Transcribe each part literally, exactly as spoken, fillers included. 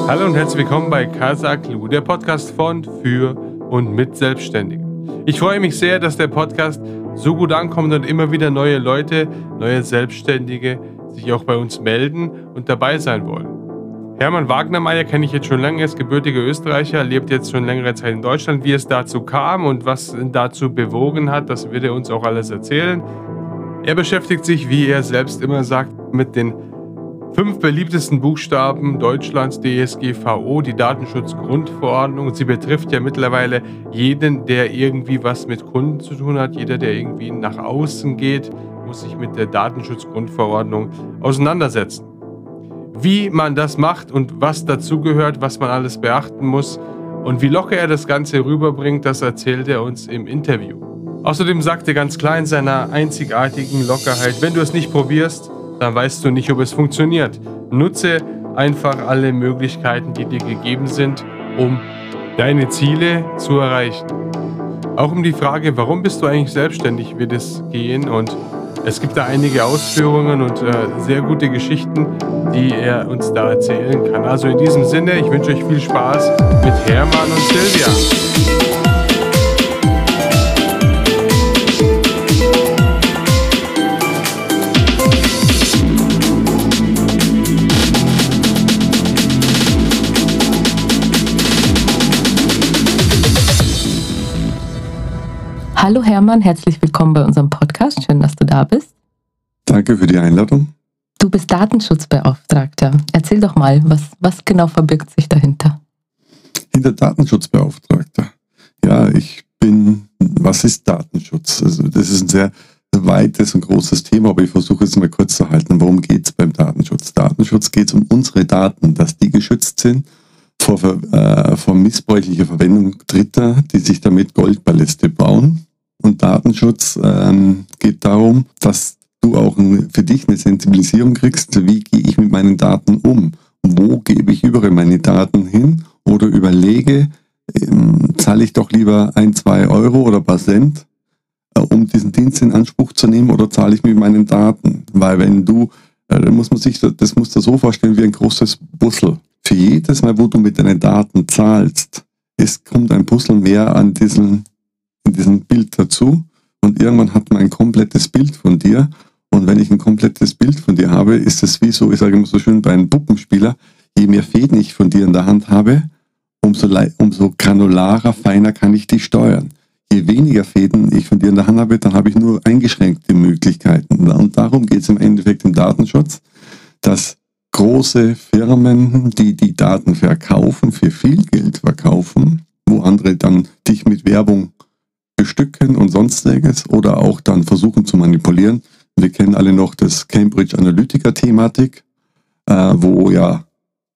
Hallo und herzlich willkommen bei Casa Clue, der Podcast von, für und mit Selbstständigen. Ich freue mich sehr, dass der Podcast so gut ankommt und immer wieder neue Leute, neue Selbstständige sich auch bei uns melden und dabei sein wollen. Hermann Wagnermeier kenne ich jetzt schon lange, er ist gebürtiger Österreicher, lebt jetzt schon längere Zeit in Deutschland. Wie es dazu kam und was ihn dazu bewogen hat, das wird er uns auch alles erzählen. Er beschäftigt sich, wie er selbst immer sagt, mit den fünf beliebtesten Buchstaben Deutschlands, D S G V O, die Datenschutzgrundverordnung. Sie betrifft ja mittlerweile jeden, der irgendwie was mit Kunden zu tun hat. Jeder, der irgendwie nach außen geht, muss sich mit der Datenschutzgrundverordnung auseinandersetzen. Wie man das macht und was dazugehört, was man alles beachten muss und wie locker er das Ganze rüberbringt, das erzählt er uns im Interview. Außerdem sagt er ganz klar in seiner einzigartigen Lockerheit, wenn du es nicht probierst, dann weißt du nicht, ob es funktioniert. Nutze einfach alle Möglichkeiten, die dir gegeben sind, um deine Ziele zu erreichen. Auch um die Frage, warum bist du eigentlich selbstständig, wird es gehen und es gibt da einige Ausführungen und äh, sehr gute Geschichten, die er uns da erzählen kann. Also in diesem Sinne, ich wünsche euch viel Spaß mit Hermann und Silvia. Hallo Hermann, herzlich willkommen bei unserem Podcast. Schön, dass du da bist. Danke für die Einladung. Du bist Datenschutzbeauftragter. Erzähl doch mal, was, was genau verbirgt sich dahinter? Hinter Datenschutzbeauftragter. Ja, ich bin, was ist Datenschutz? Also das ist ein sehr weites und großes Thema, aber ich versuche es mal kurz zu halten. Worum geht es beim Datenschutz? Datenschutz geht es um unsere Daten, dass die geschützt sind vor, äh, vor missbräuchlicher Verwendung Dritter, die sich damit Goldpaläste bauen. Und Datenschutz ähm, geht darum, dass du auch ein, für dich eine Sensibilisierung kriegst, wie gehe ich mit meinen Daten um? Wo gebe ich überall meine Daten hin? Oder überlege, ähm, zahle ich doch lieber ein, zwei Euro oder ein paar Cent, äh, um diesen Dienst in Anspruch zu nehmen, oder zahle ich mit meinen Daten? Weil wenn du, äh, da muss man sich, das musst du so vorstellen wie ein großes Puzzle. Für jedes Mal, wo du mit deinen Daten zahlst, es kommt ein Puzzle mehr an diesen in diesem Bild dazu und irgendwann hat man ein komplettes Bild von dir und wenn ich ein komplettes Bild von dir habe, ist es wie so, ich sage immer so schön bei einem Puppenspieler, je mehr Fäden ich von dir in der Hand habe, umso, umso granularer, feiner kann ich dich steuern. Je weniger Fäden ich von dir in der Hand habe, dann habe ich nur eingeschränkte Möglichkeiten und darum geht es im Endeffekt im Datenschutz, dass große Firmen, die die Daten verkaufen, für viel Geld verkaufen, wo andere dann dich mit Werbung bestücken und sonstiges oder auch dann versuchen zu manipulieren. Wir kennen alle noch das Cambridge Analytica-Thematik, äh, wo ja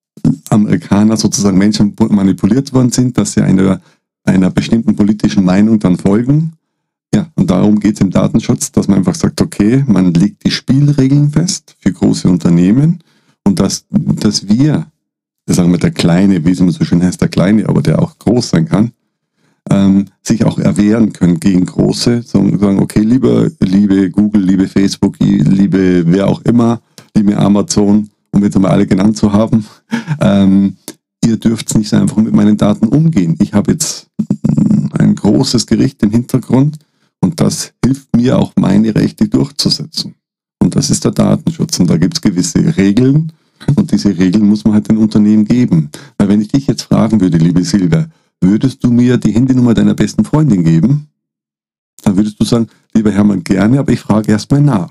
Amerikaner sozusagen Menschen manipuliert worden sind, dass sie einer, einer bestimmten politischen Meinung dann folgen. Ja, und darum geht es im Datenschutz, dass man einfach sagt, okay, man legt die Spielregeln fest für große Unternehmen und dass, dass wir, sagen wir der Kleine, wie es immer so schön heißt, der Kleine, aber der auch groß sein kann, Ähm, sich auch erwehren können gegen große, sagen, okay, liebe, liebe Google, liebe Facebook, liebe wer auch immer, liebe Amazon, um jetzt einmal alle genannt zu haben, ähm, ihr dürft nicht einfach mit meinen Daten umgehen. Ich habe jetzt ein großes Gericht im Hintergrund und das hilft mir auch, meine Rechte durchzusetzen. Und das ist der Datenschutz. Und da gibt es gewisse Regeln und diese Regeln muss man halt den Unternehmen geben. Weil wenn ich dich jetzt fragen würde, liebe Silvia, würdest du mir die Handynummer deiner besten Freundin geben? Dann würdest du sagen, lieber Hermann, gerne, aber ich frage erstmal nach.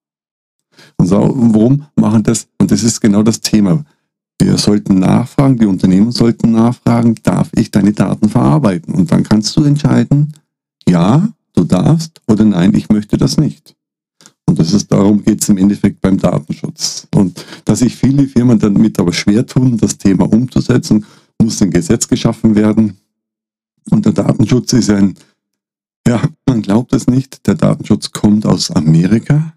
Und so, warum machen das? Und das ist genau das Thema. Wir sollten nachfragen, die Unternehmen sollten nachfragen, darf ich deine Daten verarbeiten? Und dann kannst du entscheiden, ja, du darfst, oder nein, ich möchte das nicht. Und das ist, darum geht es im Endeffekt beim Datenschutz. Und dass sich viele Firmen damit aber schwer tun, das Thema umzusetzen, muss ein Gesetz geschaffen werden. Und der Datenschutz ist ein, ja, man glaubt es nicht, der Datenschutz kommt aus Amerika,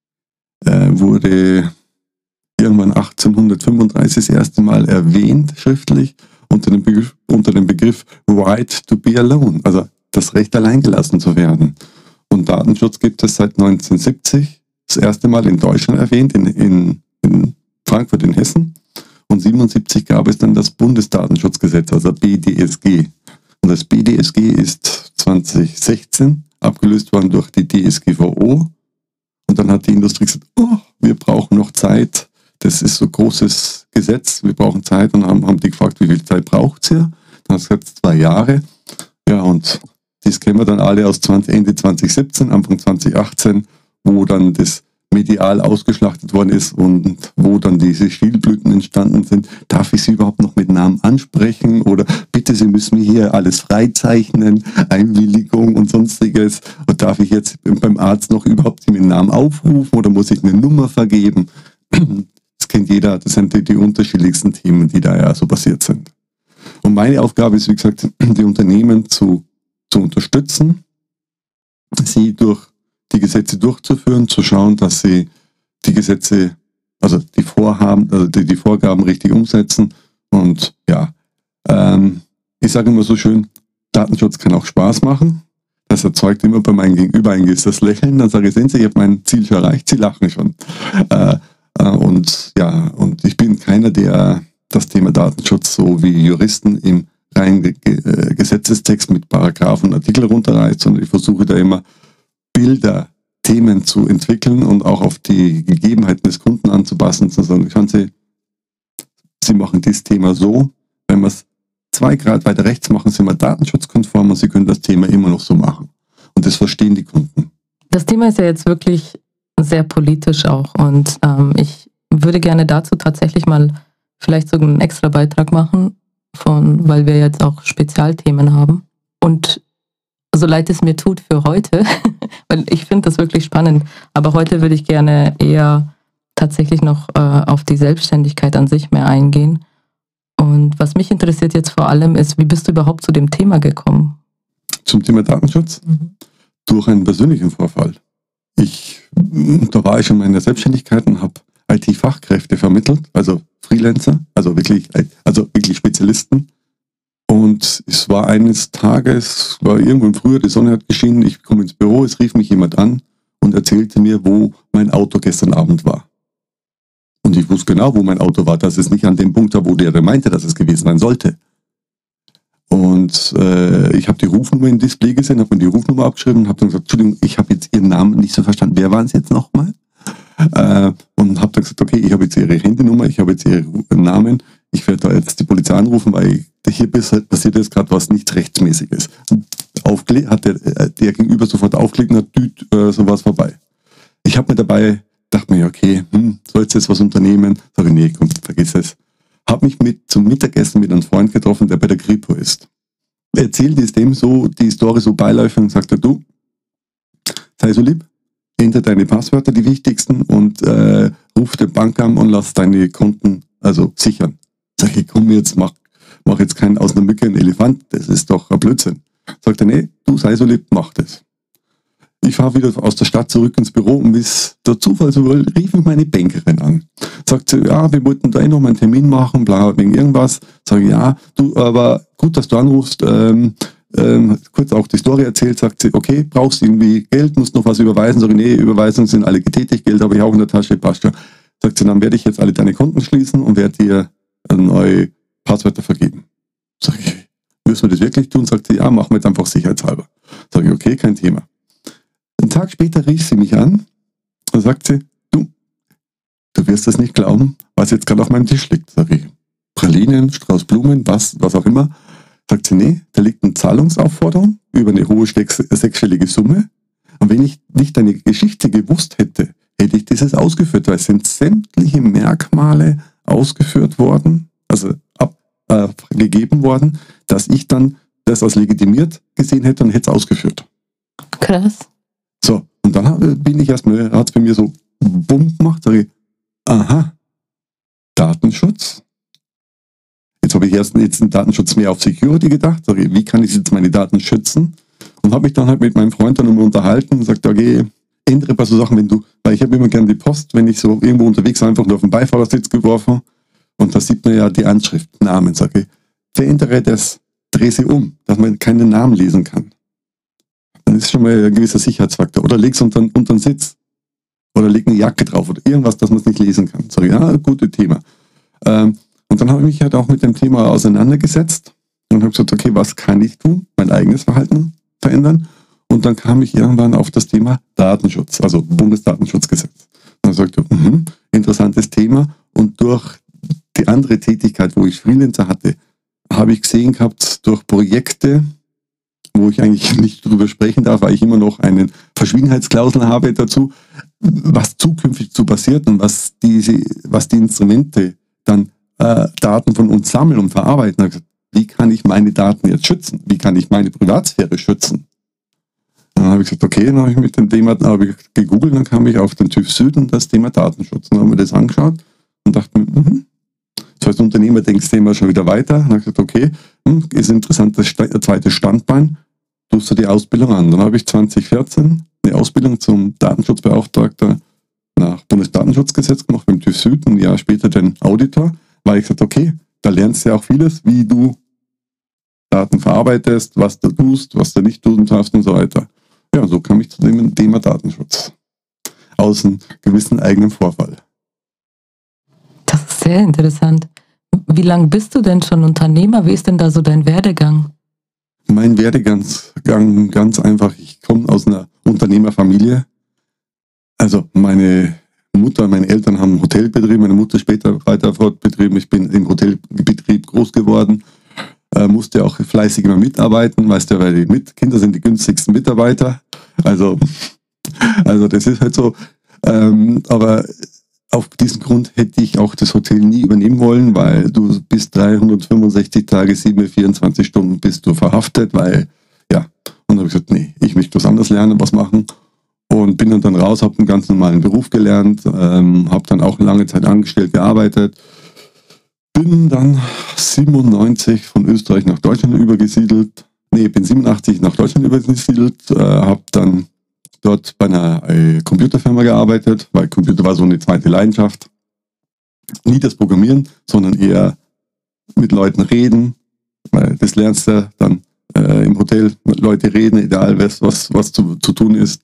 äh, wurde irgendwann achtzehnhundertfünfunddreißig das erste Mal erwähnt, schriftlich, unter dem Begriff, unter dem Begriff Right to be alone, also das Recht, allein gelassen zu werden. Und Datenschutz gibt es seit neunzehnhundertsiebzig, das erste Mal in Deutschland erwähnt, in, in, in Frankfurt in Hessen. Und siebenundsiebzig gab es dann das Bundesdatenschutzgesetz, also B D S G. Und das B D S G ist zwanzig sechzehn abgelöst worden durch die D S G V O. Und dann hat die Industrie gesagt, oh, wir brauchen noch Zeit. Das ist so ein großes Gesetz, wir brauchen Zeit. Und haben, haben die gefragt, wie viel Zeit braucht ihr? Dann hat es gesagt, zwei Jahre. Ja, und das kennen wir dann alle aus zwanzig, Ende zwanzig siebzehn, Anfang zwanzig achtzehn, wo dann das medial ausgeschlachtet worden ist und wo dann diese Stilblüten entstanden sind. Darf ich Sie überhaupt noch mit Namen ansprechen? Oder bitte, Sie müssen mir hier alles freizeichnen, Einwilligung und sonstiges. Und darf ich jetzt beim Arzt noch überhaupt mit Namen aufrufen oder muss ich eine Nummer vergeben? Das kennt jeder, das sind die, die unterschiedlichsten Themen, die da ja so passiert sind. Und meine Aufgabe ist, wie gesagt, die Unternehmen zu, zu unterstützen, sie durch die Gesetze durchzuführen, zu schauen, dass sie die Gesetze, also die Vorhaben, also die, die Vorgaben richtig umsetzen. Und ja, ähm, ich sage immer so schön, Datenschutz kann auch Spaß machen. Das erzeugt immer bei meinem Gegenüber ein gewisses Lächeln. Dann sage ich, sehen Sie, ich habe mein Ziel schon erreicht, Sie lachen schon. Äh, äh, und ja, und ich bin keiner, der das Thema Datenschutz so wie Juristen im reinen Ge äh, Gesetzestext mit Paragraphen und Artikel runterreißt, sondern ich versuche da immer Bilder, Themen zu entwickeln und auch auf die Gegebenheiten des Kunden anzupassen, zu sagen, schauen Sie, Sie machen dieses Thema so, wenn wir es zwei Grad weiter rechts machen, sind wir datenschutzkonform und Sie können das Thema immer noch so machen. Und das verstehen die Kunden. Das Thema ist ja jetzt wirklich sehr politisch auch und ähm, ich würde gerne dazu tatsächlich mal vielleicht so einen extra Beitrag machen, von, weil wir jetzt auch Spezialthemen haben. Und so leid es mir tut für heute, weil ich finde das wirklich spannend, aber heute würde ich gerne eher tatsächlich noch äh, auf die Selbstständigkeit an sich mehr eingehen. Und was mich interessiert jetzt vor allem ist, wie bist du überhaupt zu dem Thema gekommen? Zum Thema Datenschutz? Mhm. Durch einen persönlichen Vorfall. Ich, da war ich schon mal in der Selbstständigkeit und habe I T-Fachkräfte vermittelt, also Freelancer, also wirklich, also wirklich Spezialisten. Und es war eines Tages, war irgendwo im Frühjahr, die Sonne hat geschienen, ich komme ins Büro, es rief mich jemand an und erzählte mir, wo mein Auto gestern Abend war. Und ich wusste genau, wo mein Auto war, dass es nicht an dem Punkt war, wo der meinte, dass es gewesen sein sollte. Und äh, ich habe die Rufnummer im Display gesehen, habe mir die Rufnummer abgeschrieben und habe dann gesagt, Entschuldigung, ich habe jetzt Ihren Namen nicht so verstanden. Wer waren Sie jetzt nochmal? Äh, und habe dann gesagt, okay, ich habe jetzt Ihre Handynummer, ich habe jetzt Ihren Namen, ich werde da jetzt die Polizei anrufen, weil hier passiert jetzt gerade was nicht Rechtsmäßiges. Aufgle- hat der, der Gegenüber sofort aufgelegt und hat düt, äh, sowas vorbei. Ich habe mir dabei, dachte mir, okay, hm, sollst du jetzt was unternehmen? Sag ich, nee, komm, vergiss es. Habe mich mit zum Mittagessen mit einem Freund getroffen, der bei der Kripo ist. Erzählt es dem so, die Story so beiläufig und sagt er, du, sei so lieb, ändere deine Passwörter, die wichtigsten, und äh, ruf den Bank an und lass deine Konten also sichern. Sag ich, komm jetzt, mach, mach jetzt keinen aus einer Mücke einen Elefant, das ist doch ein Blödsinn. Sagt er, nee, du sei so lieb, mach das. Ich fahre wieder aus der Stadt zurück ins Büro und wie es der Zufall so will, rief mich meine Bankerin an. Sagt sie, ja, wir wollten da eh noch mal einen Termin machen, bla, wegen irgendwas. Sage ich, ja, du, aber gut, dass du anrufst. Ähm, ähm, kurz auch die Story erzählt, sagt sie, okay, brauchst du irgendwie Geld, musst noch was überweisen? Sage ich, nee, Überweisungen sind alle getätigt, Geld habe ich auch in der Tasche, passt schon. Sagt sie, dann werde ich jetzt alle deine Konten schließen und werde dir neue Passwörter vergeben. Sag ich, müssen wir das wirklich tun? Sagt sie, ja, machen wir jetzt einfach sicherheitshalber. Sag ich, okay, kein Thema. Einen Tag später rief sie mich an und sagt sie, du, du wirst das nicht glauben, was jetzt gerade auf meinem Tisch liegt. Sag ich, Pralinen, Strauß Blumen, was, was auch immer. Sagt sie, nee, da liegt eine Zahlungsaufforderung über eine hohe sechsstellige Summe. Und wenn ich nicht deine Geschichte gewusst hätte, hätte ich dieses ausgeführt, weil es sind sämtliche Merkmale ausgeführt worden, also abgegeben äh, worden, dass ich dann das als legitimiert gesehen hätte und hätte es ausgeführt. Krass. So, und dann bin ich erstmal, hat es bei mir so bumm gemacht, sage ich, aha, Datenschutz. Jetzt habe ich erst jetzt einen Datenschutz mehr auf Security gedacht, sage ich, wie kann ich jetzt meine Daten schützen? Und habe mich dann halt mit meinem Freund dann immer unterhalten und sagt, okay, ändere bei so Sachen, wenn du, weil ich habe immer gerne die Post, wenn ich so irgendwo unterwegs einfach nur auf den Beifahrersitz geworfen und da sieht man ja die Anschrift, Namen, sage ich, verändere das, dreh sie um, dass man keinen Namen lesen kann. Dann ist schon mal ein gewisser Sicherheitsfaktor. Oder leg's unter, unter den Sitz. Oder leg eine Jacke drauf oder irgendwas, dass man es nicht lesen kann. Sag ich, ja, gutes Thema. Ähm, Und dann habe ich mich halt auch mit dem Thema auseinandergesetzt und habe gesagt, okay, was kann ich tun? Mein eigenes Verhalten verändern. Und dann kam ich irgendwann auf das Thema Datenschutz, also Bundesdatenschutzgesetz. Dann sagte ich, mh, interessantes Thema. Und durch die andere Tätigkeit, wo ich Freelancer hatte, habe ich gesehen gehabt, durch Projekte, wo ich eigentlich nicht drüber sprechen darf, weil ich immer noch eine Verschwiegenheitsklausel habe dazu, was zukünftig so passiert und was diese, was die Instrumente dann äh, Daten von uns sammeln und verarbeiten. Also, wie kann ich meine Daten jetzt schützen? Wie kann ich meine Privatsphäre schützen? Dann habe ich gesagt, okay, dann habe ich mit dem Thema habe ich gegoogelt, dann kam ich auf den TÜV Süd und das Thema Datenschutz. Dann haben wir das angeschaut und dachte mir, mhm. So als Unternehmer denkst du immer schon wieder weiter. Dann habe ich gesagt, okay, hm, ist ein interessantes Sta- zweites Standbein, tust du die Ausbildung an. Dann habe ich zwanzig vierzehn eine Ausbildung zum Datenschutzbeauftragter nach Bundesdatenschutzgesetz gemacht beim TÜV Süd, ein Jahr später den Auditor, weil ich gesagt, okay, da lernst du ja auch vieles, wie du Daten verarbeitest, was du tust, was du nicht tun darfst und so weiter. Ja, so kam ich zu dem Thema Datenschutz. Aus einem gewissen eigenen Vorfall. Das ist sehr interessant. Wie lange bist du denn schon Unternehmer? Wie ist denn da so dein Werdegang? Mein Werdegang ganz, ganz einfach. Ich komme aus einer Unternehmerfamilie. Also meine Mutter, meine Eltern haben einen Hotelbetrieb, meine Mutter später weiter fortbetrieben. Ich bin im Hotelbetrieb groß geworden, äh, musste auch fleißig immer mitarbeiten, weißt du, weil die mit Kinder sind die günstigsten Mitarbeiter. Also, also das ist halt so. Ähm, aber auf diesen Grund hätte ich auch das Hotel nie übernehmen wollen, weil du bis dreihundertfünfundsechzig Tage, sieben, vierundzwanzig Stunden bist du verhaftet, weil, ja, und dann habe ich gesagt, nee, ich möchte was anderes lernen, was machen. Und bin dann, dann raus, habe einen ganz normalen Beruf gelernt, ähm, habe dann auch lange Zeit angestellt gearbeitet. Bin dann siebenundneunzig von Österreich nach Deutschland übergesiedelt. Nee, bin siebenundachtzig nach Deutschland übergesiedelt, äh, habe dann dort bei einer äh, Computerfirma gearbeitet, weil Computer war so eine zweite Leidenschaft. Nie das Programmieren, sondern eher mit Leuten reden, weil das lernst du dann äh, im Hotel, mit Leuten reden, egal was, was, was zu, zu tun ist.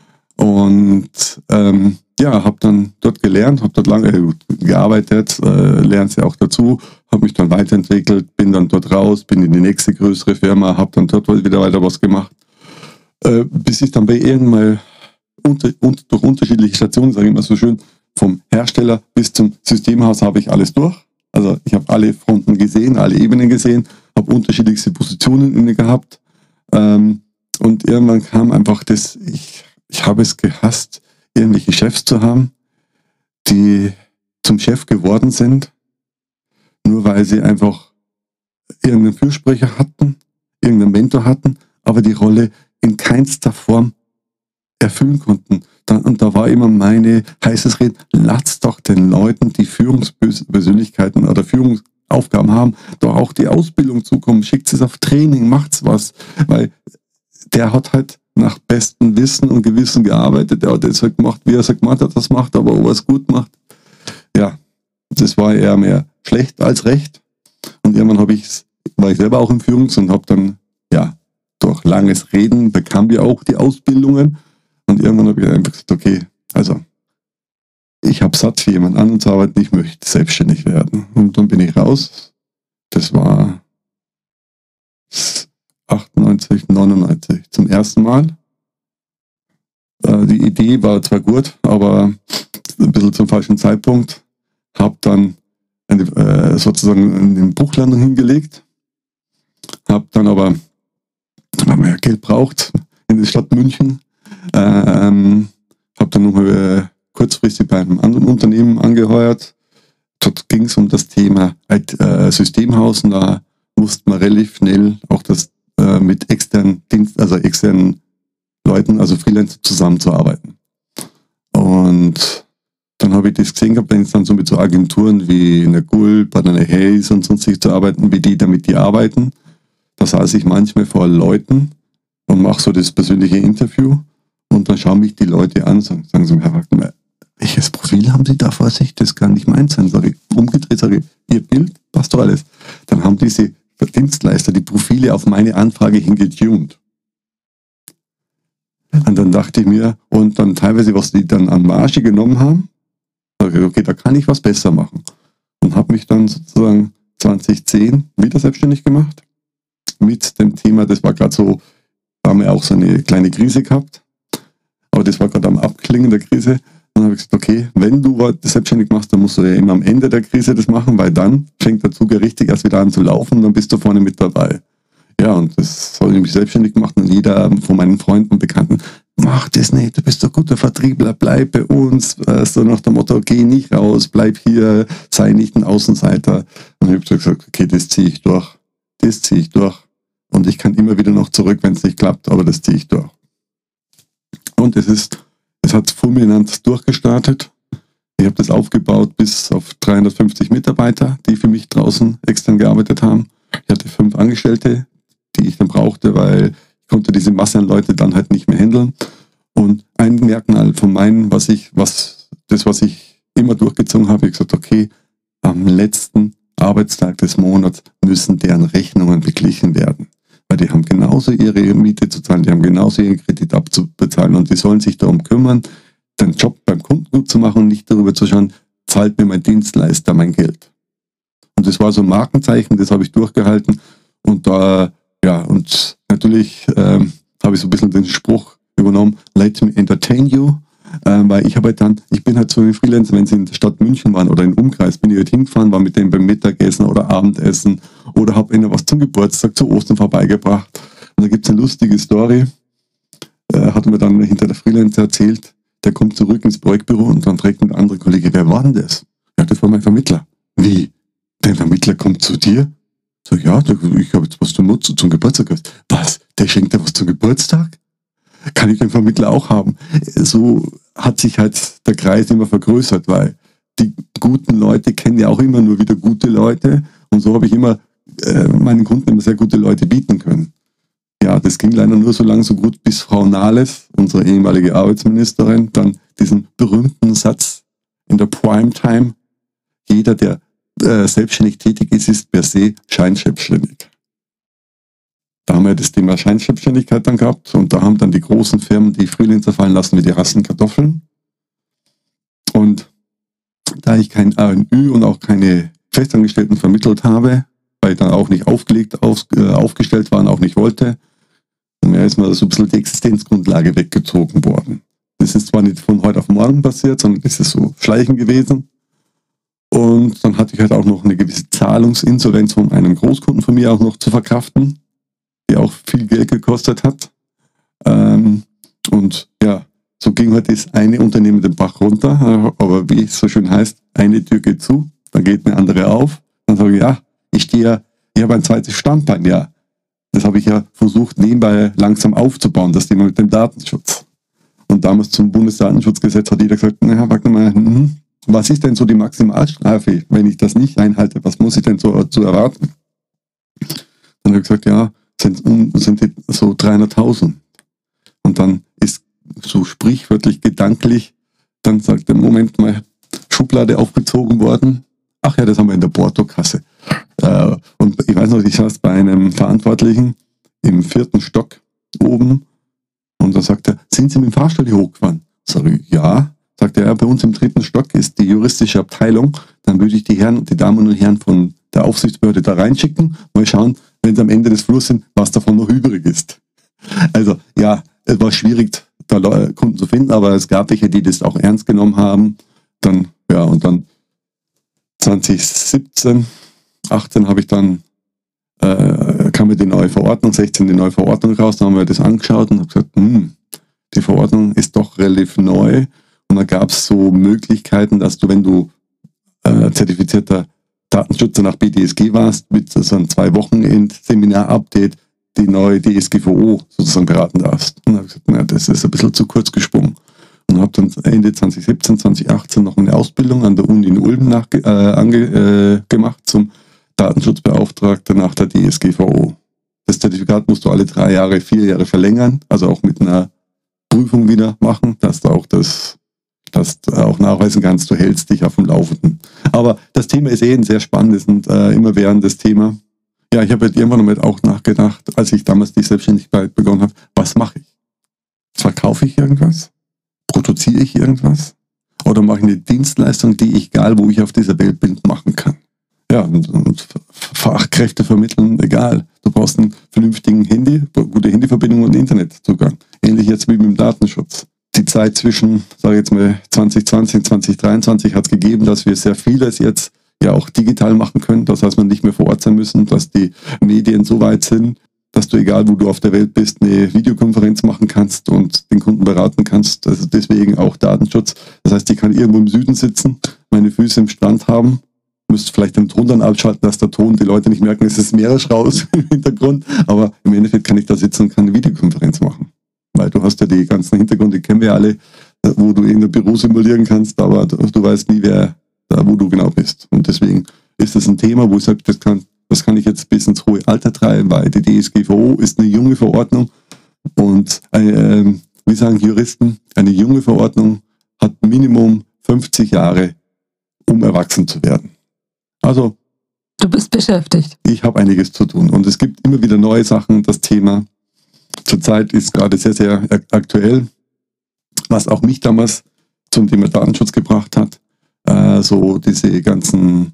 Und ähm, ja, habe dann dort gelernt, habe dort lange äh, gearbeitet, äh, lernst ja auch dazu, habe mich dann weiterentwickelt, bin dann dort raus, bin in die nächste größere Firma, habe dann dort wieder weiter was gemacht. Äh, bis ich dann bei irgendwann unter, unter, durch unterschiedliche Stationen, sage ich immer so schön, vom Hersteller bis zum Systemhaus habe ich alles durch. Also ich habe alle Fronten gesehen, alle Ebenen gesehen, habe unterschiedlichste Positionen inne gehabt. Ähm, und irgendwann kam einfach das, ich, ich habe es gehasst, irgendwelche Chefs zu haben, die zum Chef geworden sind, nur weil sie einfach irgendeinen Fürsprecher hatten, irgendeinen Mentor hatten, aber die Rolle in keinster Form erfüllen konnten. Dann, und da war immer meine heißes Reden, lasst doch den Leuten, die Führungspersönlichkeiten oder Führungsaufgaben haben, doch auch die Ausbildung zukommen, schickt es auf Training, macht's was, weil der hat halt nach bestem Wissen und Gewissen gearbeitet, der hat das halt gemacht, wie er es halt gemacht hat, das macht, aber ob er es gut macht, ja, das war eher mehr schlecht als recht. Und irgendwann habe ich, war ich selber auch im Führungs- und habe dann, ja, durch langes Reden bekamen wir auch die Ausbildungen und irgendwann habe ich einfach gesagt, okay, also ich habe satt für jemand anderen zu arbeiten, ich möchte selbstständig werden. Und dann bin ich raus. Das war achtundneunzig, neunundneunzig zum ersten Mal. Äh, die Idee war zwar gut, aber ein bisschen zum falschen Zeitpunkt. Habe dann eine, äh, sozusagen eine Bruchlandung hingelegt. Habe dann aber weil man ja Geld braucht in der Stadt München. Ähm, habe dann nochmal äh, kurzfristig bei einem anderen Unternehmen angeheuert. Dort ging es um das Thema äh, Systemhaus und da musste man relativ schnell auch das äh, mit externen Dienst, also externen Leuten, also Freelancer zusammenzuarbeiten. Und dann habe ich das gesehen gehabt, wenn es dann so mit so Agenturen wie in der Gulp, bei der Hayes und sonstig zu arbeiten, wie die damit die arbeiten. Da saß ich manchmal vor Leuten und mache so das persönliche Interview und dann schauen mich die Leute an und sagen, sagen sie mir, Herr Wagner, welches Profil haben Sie da vor sich? Das kann nicht meins sein. Sag ich, umgedreht sage ich, Ihr Bild, passt doch alles. Dann haben diese Dienstleister die Profile auf meine Anfrage hingetuned. Und dann dachte ich mir, und dann teilweise, was die dann an Marge genommen haben, sage ich, okay, da kann ich was besser machen. und habe mich dann sozusagen zwanzig zehn wieder selbstständig gemacht mit dem Thema, das war gerade so, haben wir auch so eine kleine Krise gehabt, aber das war gerade am Abklingen der Krise. Dann habe ich gesagt, okay, wenn du was selbstständig machst, dann musst du ja immer am Ende der Krise das machen, weil dann fängt der Zug ja richtig erst wieder an zu laufen und dann bist du vorne mit dabei. Ja, und das habe ich mich selbstständig gemacht und jeder von meinen Freunden und Bekannten, mach das nicht, du bist doch guter Vertriebler, bleib bei uns, so nach dem Motto, geh nicht raus, bleib hier, sei nicht ein Außenseiter. Und ich habe gesagt, okay, das ziehe ich durch, das ziehe ich durch. Und ich kann immer wieder noch zurück, wenn es nicht klappt, aber das ziehe ich durch. Und es ist, es hat fulminant durchgestartet. Ich habe das aufgebaut bis auf dreihundertfünfzig Mitarbeiter, die für mich draußen extern gearbeitet haben. Ich hatte fünf Angestellte, die ich dann brauchte, weil ich konnte diese Masse an Leute dann halt nicht mehr handeln. Und ein Merkmal von meinen, was ich, was, das, was ich immer durchgezogen habe, ich gesagt, okay, am letzten Arbeitstag des Monats müssen deren Rechnungen beglichen werden. Weil die haben genauso ihre Miete zu zahlen, die haben genauso ihren Kredit abzubezahlen und die sollen sich darum kümmern, den Job beim Kunden gut zu machen und nicht darüber zu schauen, zahlt mir mein Dienstleister mein Geld. Und das war so ein Markenzeichen, das habe ich durchgehalten und da, ja, und natürlich ähm, habe ich so ein bisschen den Spruch übernommen, let me entertain you, ähm, weil ich habe halt dann, ich bin halt so ein Freelancer, wenn sie in der Stadt München waren oder im Umkreis, bin ich halt hingefahren, war mit denen beim Mittagessen oder Abendessen oder habe ihnen was zum Geburtstag, zu Ostern vorbeigebracht. Und da gibt es eine lustige Story, äh, hat mir dann hinter der Freelancer erzählt, der kommt zurück ins Projektbüro und dann fragt ein anderer Kollege, wer war denn das? Ja, das war mein Vermittler. Wie? Der Vermittler kommt zu dir? Sag, ja, ich habe jetzt was zum, zum Geburtstag gehabt. Was? Der schenkt dir was zum Geburtstag? Kann ich den Vermittler auch haben? So hat sich halt der Kreis immer vergrößert, weil die guten Leute kennen ja auch immer nur wieder gute Leute und so habe ich immer äh, meinen Kunden immer sehr gute Leute bieten können. Ja, das ging leider nur so lange so gut, bis Frau Nahles, unsere ehemalige Arbeitsministerin, dann diesen berühmten Satz in der Primetime, jeder, der äh, selbstständig tätig ist, ist per se scheinselbstständig. Da haben wir das Thema Scheinselbstständigkeit dann gehabt und da haben dann die großen Firmen die Freelancer fallen lassen wie die Rassen Kartoffeln. Und da ich kein A N Ü und auch keine Festangestellten vermittelt habe, weil ich dann auch nicht aufgelegt, auf, äh, aufgestellt war und auch nicht wollte, und mir ist mal so ein bisschen die Existenzgrundlage weggezogen worden. Das ist zwar nicht von heute auf morgen passiert, sondern das ist so Schleichen gewesen. Und dann hatte ich halt auch noch eine gewisse Zahlungsinsolvenz von einem Großkunden von mir auch noch zu verkraften, die auch viel Geld gekostet hat. Ähm, und ja, so ging halt das eine Unternehmen den Bach runter, aber wie es so schön heißt, eine Tür geht zu, dann geht eine andere auf. Dann sage ich, ja, ich stehe ja, ich habe ein zweites Standbein, ja. Das habe ich ja versucht, nebenbei langsam aufzubauen, das Thema mit dem Datenschutz. Und damals zum Bundesdatenschutzgesetz hat jeder gesagt, naja, warte mal, hm, was ist denn so die Maximalstrafe, wenn ich das nicht einhalte? Was muss ich denn so zu erwarten? Dann habe ich gesagt, ja, sind, sind so dreihunderttausend. Und dann ist so sprichwörtlich gedanklich, dann sagt der Moment mal, Schublade aufgezogen worden. Ach ja, das haben wir in der Portokasse. Äh, und ich weiß noch, ich saß bei einem Verantwortlichen im vierten Stock oben und da sagt er, sind Sie mit dem Fahrstuhl hier hochgefahren? Sag ich, ja. Sagt er, ja, bei uns im dritten Stock ist die juristische Abteilung, dann würde ich die Herren, die Damen und Herren von der Aufsichtsbehörde da reinschicken, mal schauen, wenn sie am Ende des Flusses sind, was davon noch übrig ist. Also ja, es war schwierig, da Kunden zu finden, aber es gab welche, die das auch ernst genommen haben. Dann, ja, und dann zwanzig siebzehn, achtzehn habe ich dann, äh, kam mir die neue Verordnung, sechzehn die neue Verordnung raus, dann haben wir das angeschaut und haben gesagt, hm, die Verordnung ist doch relativ neu. Und da gab es so Möglichkeiten, dass du, wenn du äh, zertifizierter Datenschützer nach B D S G warst, mit so einem zwei Wochen Seminar-Update die neue D S G V O sozusagen beraten darfst. Und dann habe ich gesagt, na, das ist ein bisschen zu kurz gesprungen. Und habe dann Ende zwanzig siebzehn, zwanzig achtzehn noch eine Ausbildung an der Uni in Ulm nach, äh, ange, äh, gemacht zum Datenschutzbeauftragten nach der D S G V O. Das Zertifikat musst du alle drei Jahre, vier Jahre verlängern, also auch mit einer Prüfung wieder machen, dass du auch das dass du auch nachweisen kannst, du hältst dich auf dem Laufenden. Aber das Thema ist eh ein sehr spannendes und äh, immerwährendes Thema. Ja, ich habe halt irgendwann damit auch nachgedacht, als ich damals die Selbstständigkeit begonnen habe, was mache ich? Verkaufe ich irgendwas? Produziere ich irgendwas? Oder mache ich eine Dienstleistung, die ich, egal wo ich auf dieser Welt bin, machen kann? Ja, und, und Fachkräfte vermitteln, egal. Du brauchst einen vernünftigen Handy, gute Handyverbindung und Internetzugang. Ähnlich jetzt wie mit dem Datenschutz. Die Zeit zwischen, sage ich jetzt mal, zwanzig zwanzig und zwanzig dreiundzwanzig hat es gegeben, dass wir sehr vieles jetzt ja auch digital machen können. Das heißt, man nicht mehr vor Ort sein müssen, dass die Medien so weit sind, dass du, egal wo du auf der Welt bist, eine Videokonferenz machen kannst und den Kunden beraten kannst. Also deswegen auch Datenschutz. Das heißt, ich kann irgendwo im Süden sitzen, meine Füße im Strand haben, müsste vielleicht den Ton dann abschalten, dass der Ton die Leute nicht merken, es ist Meeresschraus im Hintergrund. Aber im Endeffekt kann ich da sitzen und kann eine Videokonferenz machen. Weil du hast ja die ganzen Hintergründe, die kennen wir alle, wo du in ein Büro simulieren kannst, aber du, du weißt nie, wer da, wo du genau bist. Und deswegen ist das ein Thema, wo ich sage, das kann, das kann ich jetzt bis ins hohe Alter treiben, weil die D S G V O ist eine junge Verordnung und äh, wie sagen Juristen, eine junge Verordnung hat Minimum fünfzig Jahre, um erwachsen zu werden. Also du bist beschäftigt. Ich habe einiges zu tun und es gibt immer wieder neue Sachen. Das Thema zurzeit ist gerade sehr, sehr aktuell, was auch mich damals zum Thema Datenschutz gebracht hat. Äh, so diese ganzen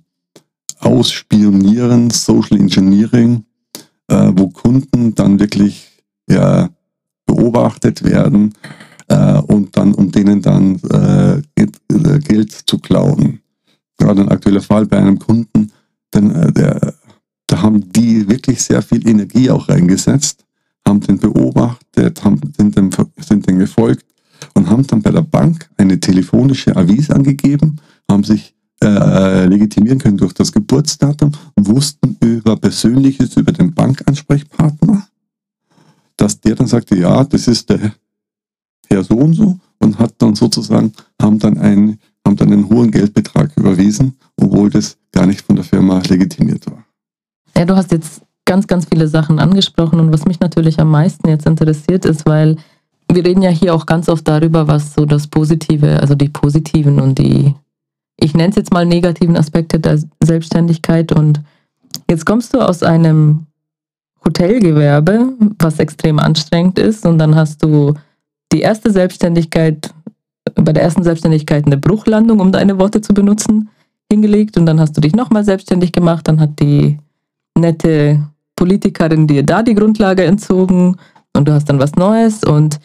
Ausspionieren, Social Engineering, äh, wo Kunden dann wirklich ja, beobachtet werden äh, und dann um denen dann äh, Geld zu klauen. Gerade ein aktueller Fall bei einem Kunden, denn äh, der, da haben die wirklich sehr viel Energie auch reingesetzt, haben den beobachtet, haben, sind, dem, sind dem gefolgt und haben dann bei der Bank eine telefonische Avis angegeben, haben sich äh, legitimieren können durch das Geburtsdatum, wussten über Persönliches, über den Bankansprechpartner, dass der dann sagte, ja, das ist der Herr so und so und hat dann sozusagen, haben dann, ein, haben dann einen hohen Geldbetrag überwiesen, obwohl das gar nicht von der Firma legitimiert war. Ja, du hast jetzt ganz, ganz viele Sachen angesprochen und was mich natürlich am meisten jetzt interessiert ist, weil wir reden ja hier auch ganz oft darüber, was so das Positive, also die positiven und die, ich nenne es jetzt mal negativen Aspekte der Selbstständigkeit und jetzt kommst du aus einem Hotelgewerbe, was extrem anstrengend ist und dann hast du die erste Selbstständigkeit, bei der ersten Selbstständigkeit eine Bruchlandung, um deine Worte zu benutzen, hingelegt und dann hast du dich nochmal selbstständig gemacht, dann hat die nette Politikerin dir da die Grundlage entzogen und du hast dann was Neues und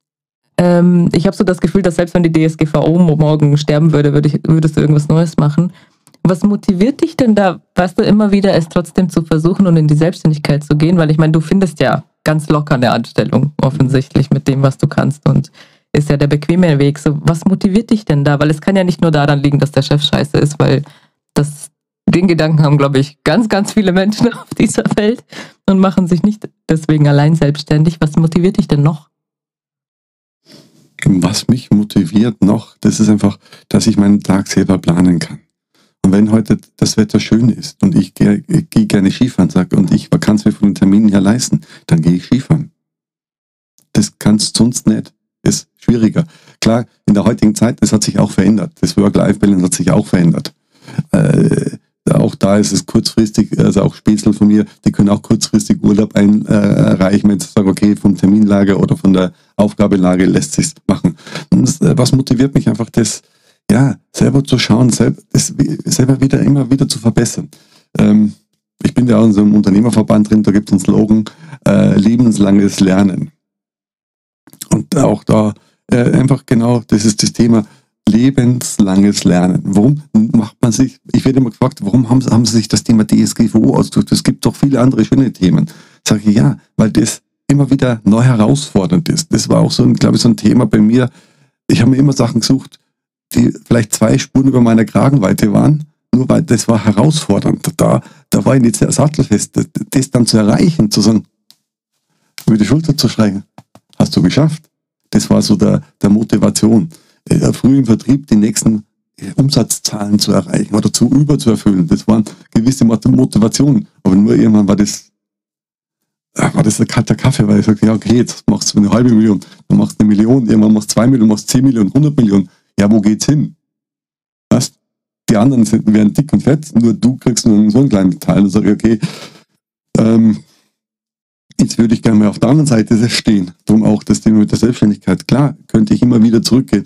ähm, ich habe so das Gefühl, dass selbst wenn die D S G V O morgen sterben würde, würd ich, würdest du irgendwas Neues machen. Was motiviert dich denn da, weißt du, immer wieder es trotzdem zu versuchen und in die Selbstständigkeit zu gehen? Weil ich meine, du findest ja ganz locker eine Anstellung, offensichtlich mit dem, was du kannst und ist ja der bequeme Weg. So, was motiviert dich denn da? Weil es kann ja nicht nur daran liegen, dass der Chef scheiße ist, weil das, den Gedanken haben, glaube ich, ganz, ganz viele Menschen auf dieser Welt und machen sich nicht deswegen allein selbstständig. Was motiviert dich denn noch? Was mich motiviert noch, das ist einfach, dass ich meinen Tag selber planen kann. Und wenn heute das Wetter schön ist und ich gehe, ich gehe gerne Skifahren, sage, und ich kann es mir von den Terminen her leisten, dann gehe ich Skifahren. Das kannst du sonst nicht. Ist schwieriger. Klar, in der heutigen Zeit, das hat sich auch verändert. Das Work-Life-Balance hat sich auch verändert. Äh, auch da ist es kurzfristig, also auch Spätzle von mir, die können auch kurzfristig Urlaub einreichen, äh, wenn sie sagen, okay, vom Terminlage oder von der Aufgabelage lässt sich machen. Und das, äh, was motiviert mich einfach, das ja, selber zu schauen, selber, das, selber wieder immer wieder zu verbessern. Ähm, ich bin ja auch in so einem Unternehmerverband drin, da gibt es einen Slogan, äh, lebenslanges Lernen. Und auch da äh, einfach genau, das ist das Thema lebenslanges Lernen. Warum macht man sich, ich werde immer gefragt, warum haben, haben Sie sich das Thema D S G V O ausgesucht? Es gibt doch viele andere schöne Themen. Sage ich, ja, weil das immer wieder neu herausfordernd ist. Das war auch so, ein, glaube ich, so ein Thema bei mir. Ich habe mir immer Sachen gesucht, die vielleicht zwei Spuren über meiner Kragenweite waren, nur weil das war herausfordernd. Da, da war ich nicht sehr sattelfest. Das, das dann zu erreichen, zu sagen, über die Schulter zu schreien, hast du geschafft. Das war so der, der Motivation. Äh, früh im Vertrieb die nächsten äh, Umsatzzahlen zu erreichen oder zu überzuerfüllen. Das waren gewisse Motivationen. Aber nur irgendwann war das, äh, war das ein kalter Kaffee, weil ich sagte, ja okay, jetzt machst du eine halbe Million, dann machst du eine Million, irgendwann machst du zwei Millionen, machst zehn Millionen, hundert Millionen. Ja, wo geht's hin? Weißt? Die anderen sind, werden dick und fett, nur du kriegst nur so einen kleinen Teil und sagst, okay, ähm, jetzt würde ich gerne mal auf der anderen Seite stehen. Darum auch das Thema mit der Selbstständigkeit. Klar, könnte ich immer wieder zurückgehen.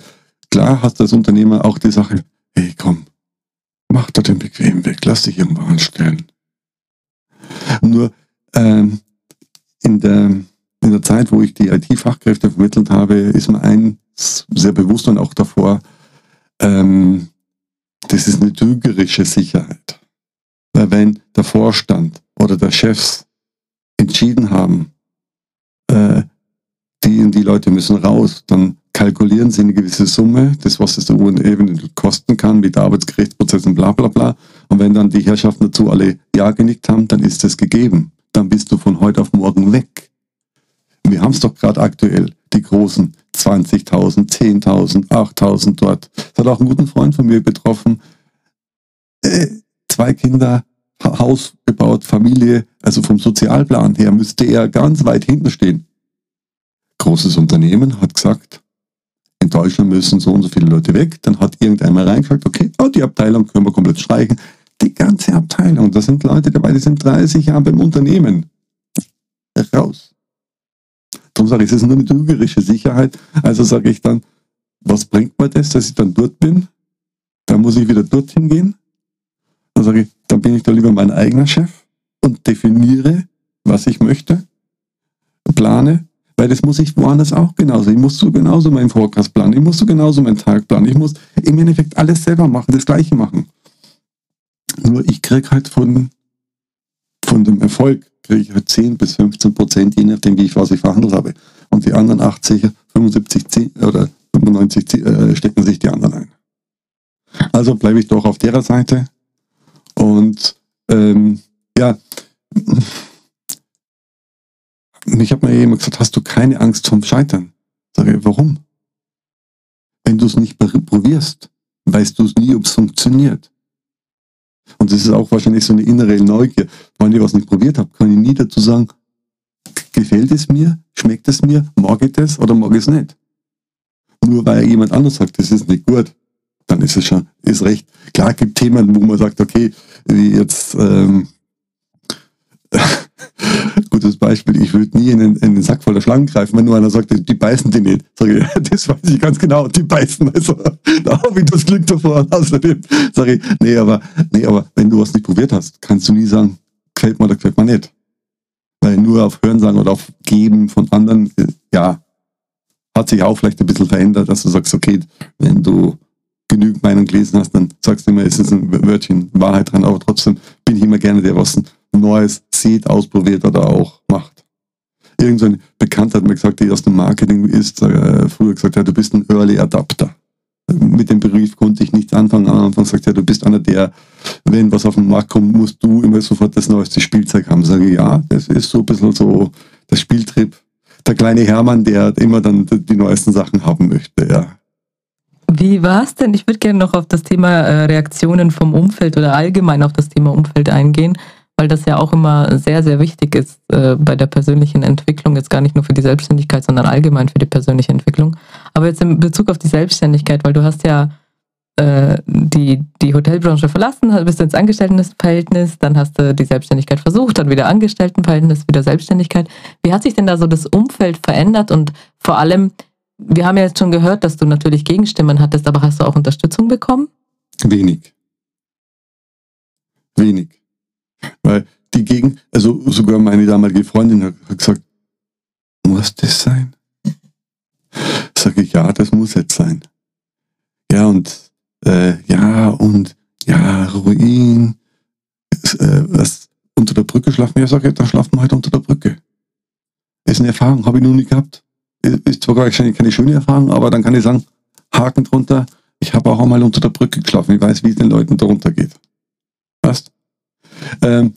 klar hast du als Unternehmer auch die Sache, hey komm, mach doch den bequemen Weg, lass dich irgendwo anstellen. Nur ähm, in, der, in der Zeit, wo ich die I T-Fachkräfte vermittelt habe, ist mir eins sehr bewusst und auch davor, ähm, das ist eine trügerische Sicherheit. Weil wenn der Vorstand oder der Chefs entschieden haben, äh, die und die Leute müssen raus, dann kalkulieren sie eine gewisse Summe, das was es der U und E kosten kann, mit Arbeitsgerichtsprozessen, bla bla bla. Und wenn dann die Herrschaften dazu alle Ja genickt haben, dann ist das gegeben. Dann bist du von heute auf morgen weg. Wir haben es doch gerade aktuell, die großen zwanzigtausend, zehntausend, achttausend dort. Das hat auch einen guten Freund von mir betroffen. Äh, zwei Kinder, Haus gebaut, Familie, also vom Sozialplan her müsste er ganz weit hinten stehen. Großes Unternehmen hat gesagt, in Deutschland müssen so und so viele Leute weg. Dann hat irgendeiner mal reingeschaut, okay, oh, die Abteilung können wir komplett streichen. Die ganze Abteilung, da sind Leute dabei, die sind dreißig Jahre beim Unternehmen. Raus. Darum sage ich, es ist nur eine trügerische Sicherheit. Also sage ich dann, was bringt mir das, dass ich dann dort bin? Dann muss ich wieder dorthin gehen. Dann sage ich, dann bin ich da lieber mein eigener Chef und definiere, was ich möchte, plane, weil das muss ich woanders auch genauso. Ich muss so genauso meinen Forecast planen, ich muss so genauso meinen Tag planen, ich muss im Endeffekt alles selber machen, das Gleiche machen. Nur ich kriege halt von, von dem Erfolg, kriege ich halt zehn bis fünfzehn Prozent, je nachdem, wie ich was ich verhandelt habe. Und die anderen achtzig, fünfundsiebzig zehn, oder fünfundneunzig zehn, äh, stecken sich die anderen ein. Also bleibe ich doch auf derer Seite. Und ähm, ja, ich habe mir jemand gesagt, hast du keine Angst vom Scheitern? Sage ich, warum? Wenn du es nicht probierst, weißt du es nie, ob es funktioniert. Und das ist auch wahrscheinlich so eine innere Neugier. Wenn ich was nicht probiert habe, kann ich nie dazu sagen, gefällt es mir, schmeckt es mir, mag ich das oder mag ich es nicht. Nur weil jemand anderes sagt, das ist nicht gut, dann ist es schon, ist recht. Klar, es gibt Themen, wo man sagt, okay, wie jetzt, ähm, gutes Beispiel, ich würde nie in den, in den Sack voller Schlangen greifen, wenn nur einer sagt, die beißen die nicht. Sag ich, das weiß ich ganz genau, die beißen. Also, da habe ich das Glück davor. Außerdem sage ich, nee aber, nee, aber wenn du was nicht probiert hast, kannst du nie sagen, gefällt mir oder gefällt mir nicht. Weil nur auf Hörensagen oder auf Geben von anderen, ja, hat sich auch vielleicht ein bisschen verändert, dass du sagst, okay, wenn du genügend Meinung gelesen hast, dann sagst du immer, es ist ein Wörtchen Wahrheit dran, aber trotzdem bin ich immer gerne der, was Neues sieht, ausprobiert oder auch macht. Irgend so ein Bekannter hat mir gesagt, die aus dem Marketing ist, äh, früher gesagt, ja, du bist ein Early Adapter. Mit dem Begriff konnte ich nicht anfangen. Am Anfang sagt er, ja, du bist einer, der, wenn was auf den Markt kommt, musst du immer sofort das neueste Spielzeug haben. Sage ich, ja, das ist so ein bisschen so der Spieltrieb. Der kleine Hermann, der immer dann die neuesten Sachen haben möchte, ja. Wie war es denn? Ich würde gerne noch auf das Thema äh, Reaktionen vom Umfeld oder allgemein auf das Thema Umfeld eingehen, weil das ja auch immer sehr, sehr wichtig ist äh, bei der persönlichen Entwicklung, jetzt gar nicht nur für die Selbstständigkeit, sondern allgemein für die persönliche Entwicklung. Aber jetzt in Bezug auf die Selbstständigkeit, weil du hast ja äh, die, die Hotelbranche verlassen, bist ins Angestelltenverhältnis, dann hast du die Selbstständigkeit versucht, dann wieder Angestelltenverhältnis, wieder Selbstständigkeit. Wie hat sich denn da so das Umfeld verändert und vor allem, wir haben ja jetzt schon gehört, dass du natürlich Gegenstimmen hattest, aber hast du auch Unterstützung bekommen? Wenig. Wenig. Weil die Gegen, also sogar meine damalige Freundin hat, hat gesagt, muss das sein? Sag ich, ja, das muss jetzt sein. Ja, und äh, ja, und ja, Ruin, äh, was, unter der Brücke schlafen wir, ja, sag ich, da schlafen wir halt unter der Brücke. Ist eine Erfahrung, habe ich noch nie gehabt. Ist zwar wahrscheinlich keine schöne Erfahrung, aber dann kann ich sagen, Haken drunter, ich habe auch einmal unter der Brücke geschlafen, ich weiß, wie es den Leuten darunter geht. Weißt? Ähm,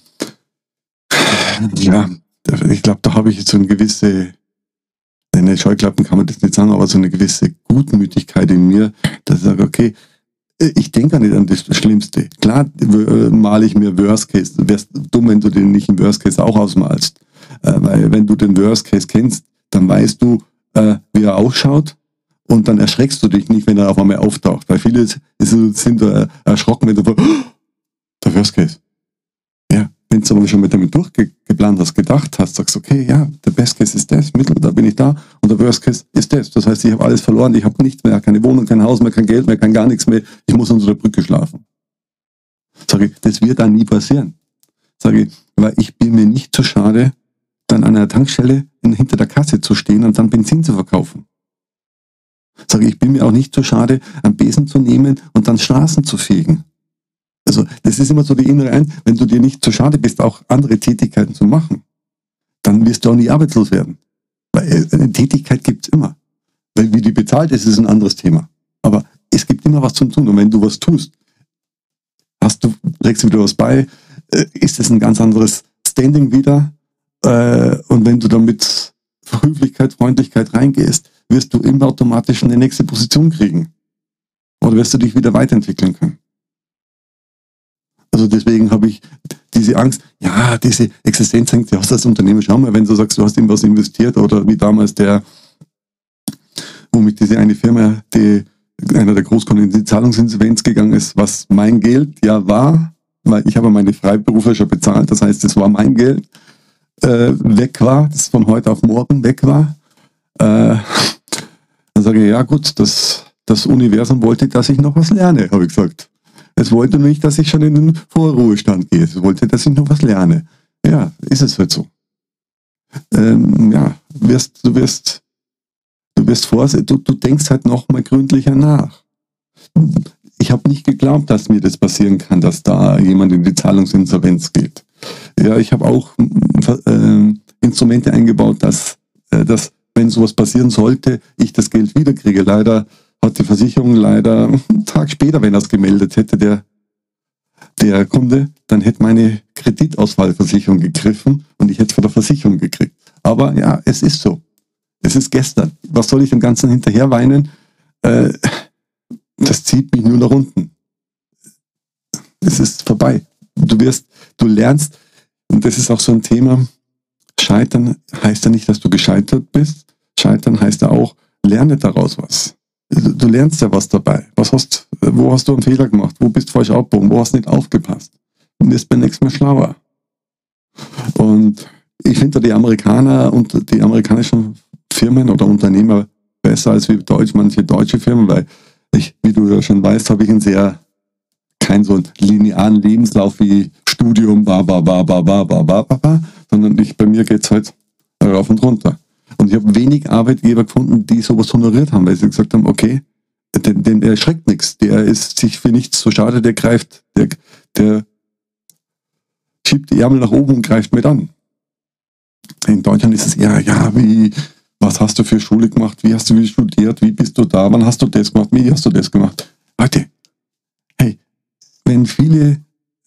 ja, ich glaube, da habe ich jetzt so eine gewisse, eine Scheuklappen kann man das nicht sagen, aber so eine gewisse Gutmütigkeit in mir, dass ich sage, okay, ich denke nicht an das Schlimmste. Klar male ich mir Worst Case, du wärst dumm, wenn du den nicht im Worst Case auch ausmalst. Äh, weil wenn du den Worst Case kennst, dann weißt du, äh, wie er ausschaut und dann erschreckst du dich nicht, wenn er auf einmal auftaucht. Weil viele sind äh, erschrocken, wenn du oh, der Worst Case. Ja, Wenn du aber schon mit damit durchgeplant hast, gedacht hast, sagst okay, ja, der Best Case ist das, Mittel, da bin ich da und der Worst Case ist das. Das heißt, ich habe alles verloren, ich habe nichts mehr, keine Wohnung, kein Haus mehr, kein Geld mehr, kein gar nichts mehr, ich muss unter der Brücke schlafen. Sage ich, das wird dann nie passieren. Sage ich, weil ich bin mir nicht zu schade, dann an einer Tankstelle hinter der Kasse zu stehen und dann Benzin zu verkaufen. Sage ich, ich bin mir auch nicht zu schade, einen Besen zu nehmen und dann Straßen zu fegen. Also das ist immer so die innere Ein, wenn du dir nicht zu schade bist, auch andere Tätigkeiten zu machen, dann wirst du auch nie arbeitslos werden. Weil eine Tätigkeit gibt es immer. Weil wie die bezahlt ist, ist ein anderes Thema. Aber es gibt immer was zum Tun. Und wenn du was tust, hast du, trägst du wieder was bei, ist es ein ganz anderes Standing wieder. Und wenn du dann mit Höflichkeit, Freundlichkeit reingehst, wirst du immer automatisch eine nächste Position kriegen. Oder wirst du dich wieder weiterentwickeln können. Also deswegen habe ich diese Angst, ja, diese Existenzangst, die hast du als Unternehmer, schau mal, wenn du sagst, du hast in was investiert oder wie damals der, womit diese eine Firma, die einer der Großkunden in die Zahlungsinsolvenz gegangen ist, was mein Geld ja war, weil ich habe meine Freiberufe schon bezahlt, das heißt, es war mein Geld, äh, weg war, das von heute auf morgen weg war. Äh, dann sage ich, ja gut, das, das Universum wollte, dass ich noch was lerne, habe ich gesagt. Es wollte nicht, dass ich schon in den Vorruhestand gehe. Es wollte, dass ich noch was lerne. Ja, ist es halt so. Ähm, ja, wirst, du wirst, du wirst vorsichtig, du, du denkst halt noch mal gründlicher nach. Ich habe nicht geglaubt, dass mir das passieren kann, dass da jemand in die Zahlungsinsolvenz geht. Ja, ich habe auch äh, Instrumente eingebaut, dass, äh, dass, wenn sowas passieren sollte, ich das Geld wiederkriege. Leider hat die Versicherung leider einen Tag später, wenn er es gemeldet hätte, der, der Kunde, dann hätte meine Kreditausfallversicherung gegriffen und ich hätte es von der Versicherung gekriegt. Aber ja, es ist so. Es ist gestern. Was soll ich dem Ganzen hinterher weinen? Äh, das zieht mich nur nach unten. Es ist vorbei. Du wirst, du lernst, und das ist auch so ein Thema, Scheitern heißt ja nicht, dass du gescheitert bist. Scheitern heißt ja auch, lerne daraus was. Du lernst ja was dabei. Was hast, wo hast du einen Fehler gemacht? Wo bist du falsch abgebogen? Wo hast du nicht aufgepasst? Und wirst beim nächsten Mal schlauer. Und ich finde die Amerikaner und die amerikanischen Firmen oder Unternehmer besser als wie Deutsch, manche deutsche Firmen, weil ich, wie du ja schon weißt, habe ich einen sehr, keinen so linearen Lebenslauf wie Studium, ba, ba, ba, ba, ba, ba, ba, ba, ba, sondern ich, bei mir geht es halt rauf und runter. Und ich habe wenig Arbeitgeber gefunden, die sowas honoriert haben, weil sie gesagt haben, okay, denn, denn der erschreckt nichts, der ist sich für nichts so schade, der greift, der, der schiebt die Ärmel nach oben und greift mit an. In Deutschland ist es eher, ja, wie, was hast du für Schule gemacht, wie hast du wie studiert, wie bist du da, wann hast du das gemacht, wie hast du das gemacht? Leute, hey, wenn viele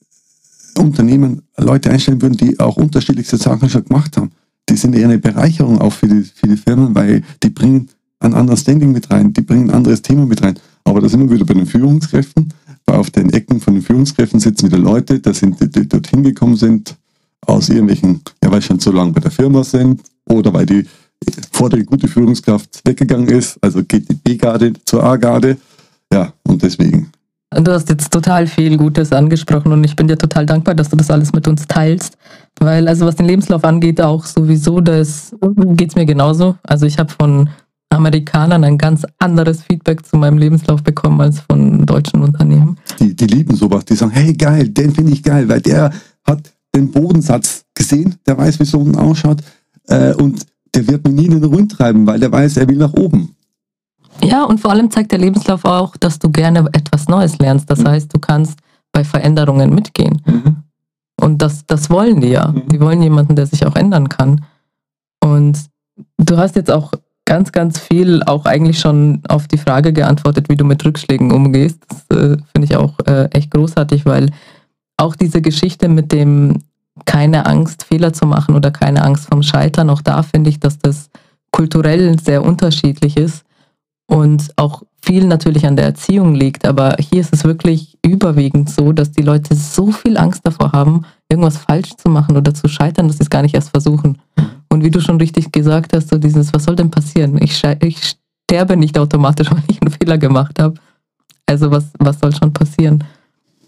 Unternehmen Leute einstellen würden, die auch unterschiedlichste Sachen schon gemacht haben, die sind eher eine Bereicherung auch für die, für die Firmen, weil die bringen ein anderes Standing mit rein, die bringen ein anderes Thema mit rein. Aber da sind wir wieder bei den Führungskräften, weil auf den Ecken von den Führungskräften sitzen wieder Leute, da sind, die, die dorthin gekommen sind, aus irgendwelchen, ja, weil sie schon so lange bei der Firma sind oder weil die vor der gute Führungskraft weggegangen ist, also geht die B-Garde zur A-Garde, ja, und deswegen. Du hast jetzt total viel Gutes angesprochen und ich bin dir total dankbar, dass du das alles mit uns teilst, weil also was den Lebenslauf angeht, auch sowieso, das geht es mir genauso. Also ich habe von Amerikanern ein ganz anderes Feedback zu meinem Lebenslauf bekommen als von deutschen Unternehmen. Die, die lieben sowas, die sagen, hey geil, den finde ich geil, weil der hat den Bodensatz gesehen, der weiß, wie es unten ausschaut äh, und der wird mir nie in den Ruin treiben, weil der weiß, er will nach oben. Ja, und vor allem zeigt der Lebenslauf auch, dass du gerne etwas Neues lernst. Das mhm. heißt, du kannst bei Veränderungen mitgehen. Mhm. Und das, das wollen die ja. Mhm. Die wollen jemanden, der sich auch ändern kann. Und du hast jetzt auch ganz, ganz viel auch eigentlich schon auf die Frage geantwortet, wie du mit Rückschlägen umgehst. Das äh, finde ich auch äh, echt großartig, weil auch diese Geschichte mit dem keine Angst, Fehler zu machen oder keine Angst vom Scheitern, auch da finde ich, dass das kulturell sehr unterschiedlich ist. Und auch viel natürlich an der Erziehung liegt, aber hier ist es wirklich überwiegend so, dass die Leute so viel Angst davor haben, irgendwas falsch zu machen oder zu scheitern, dass sie es gar nicht erst versuchen. Und wie du schon richtig gesagt hast, so dieses, was soll denn passieren? Ich, ich sterbe nicht automatisch, weil ich einen Fehler gemacht habe. Also was, was soll schon passieren?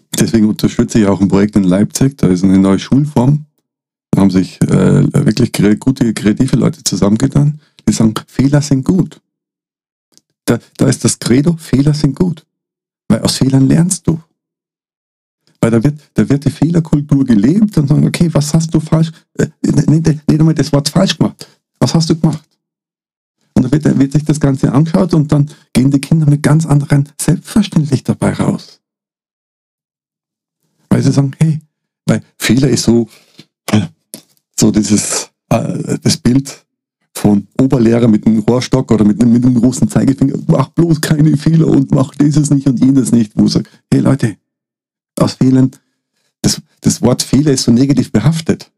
deswegen unterstütze ich auch ein Projekt in Leipzig, da ist eine neue Schulform. Da haben sich äh, wirklich gute, kreative Leute zusammengetan, die sagen, Fehler sind gut. Da, da ist das Credo, Fehler sind gut. Weil aus Fehlern lernst du. Weil da wird, da wird die Fehlerkultur gelebt und sagen, okay, was hast du falsch, äh, nicht, nicht einmal das Wort falsch gemacht. Was hast du gemacht? Und dann wird, dann wird sich das Ganze angeschaut und dann gehen die Kinder mit ganz anderen selbstverständlich dabei raus. Weil sie sagen, hey, weil Fehler ist so, so dieses, äh, das Bild von Oberlehrer mit einem Rohrstock oder mit einem, mit einem großen Zeigefinger, mach bloß keine Fehler und mach dieses nicht und jenes nicht, wo sagt, hey Leute, aus Fehlern, das, das Wort Fehler ist so negativ behaftet.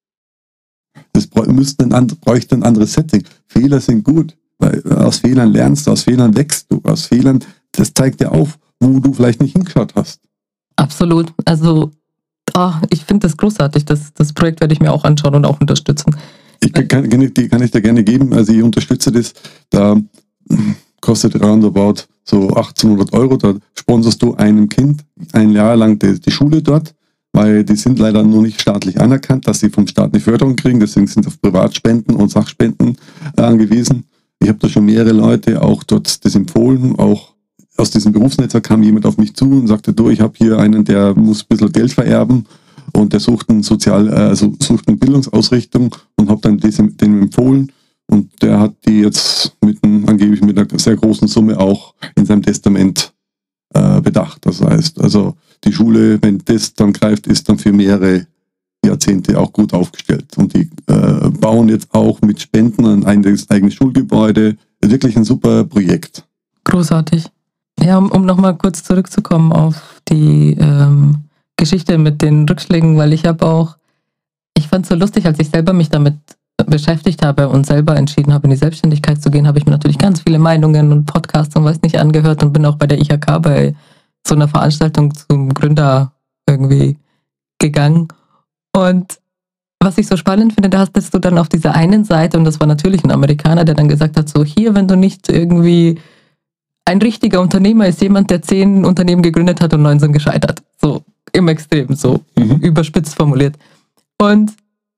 Das müsste ein, bräuchte ein anderes Setting. Fehler sind gut, weil aus Fehlern lernst du, aus Fehlern wächst du, aus Fehlern, das zeigt dir auf, wo du vielleicht nicht hingeschaut hast. Absolut, also oh, ich finde das großartig, das, das Projekt werde ich mir auch anschauen und auch unterstützen. Ich kann, kann, die kann ich dir gerne geben, also ich unterstütze das, da kostet roundabout so achtzehnhundert Euro, da sponsorst du einem Kind ein Jahr lang die, die Schule dort, weil die sind leider noch nicht staatlich anerkannt, dass sie vom Staat eine Förderung kriegen, deswegen sind sie auf Privatspenden und Sachspenden äh, angewiesen. Ich habe da schon mehrere Leute auch dort das empfohlen, auch aus diesem Berufsnetzwerk kam jemand auf mich zu und sagte, du, ich habe hier einen, der muss ein bisschen Geld vererben und der sucht, ein Sozial, also sucht eine Bildungsausrichtung und habe dann dem empfohlen und der hat die jetzt mit einem, angeblich mit einer sehr großen Summe auch in seinem Testament äh, bedacht. Das heißt, also die Schule, wenn das dann greift, ist dann für mehrere Jahrzehnte auch gut aufgestellt. Und die äh, bauen jetzt auch mit Spenden ein eigenes, eigenes Schulgebäude. Wirklich ein super Projekt. Großartig. Ja, um, um nochmal kurz zurückzukommen auf die ähm, Geschichte mit den Rückschlägen, weil ich habe auch, ich fand es so lustig, als ich selber mich damit beschäftigt habe und selber entschieden habe, in die Selbstständigkeit zu gehen, habe ich mir natürlich ganz viele Meinungen und Podcasts und weiß nicht angehört und bin auch bei der I H K bei so einer Veranstaltung zum Gründer irgendwie gegangen. Und was ich so spannend finde, da hast du dann auf dieser einen Seite, und das war natürlich ein Amerikaner, der dann gesagt hat, so hier, wenn du nicht irgendwie ein richtiger Unternehmer ist, jemand, der zehn Unternehmen gegründet hat und neun sind gescheitert. So im Extrem, so mhm. überspitzt formuliert. Und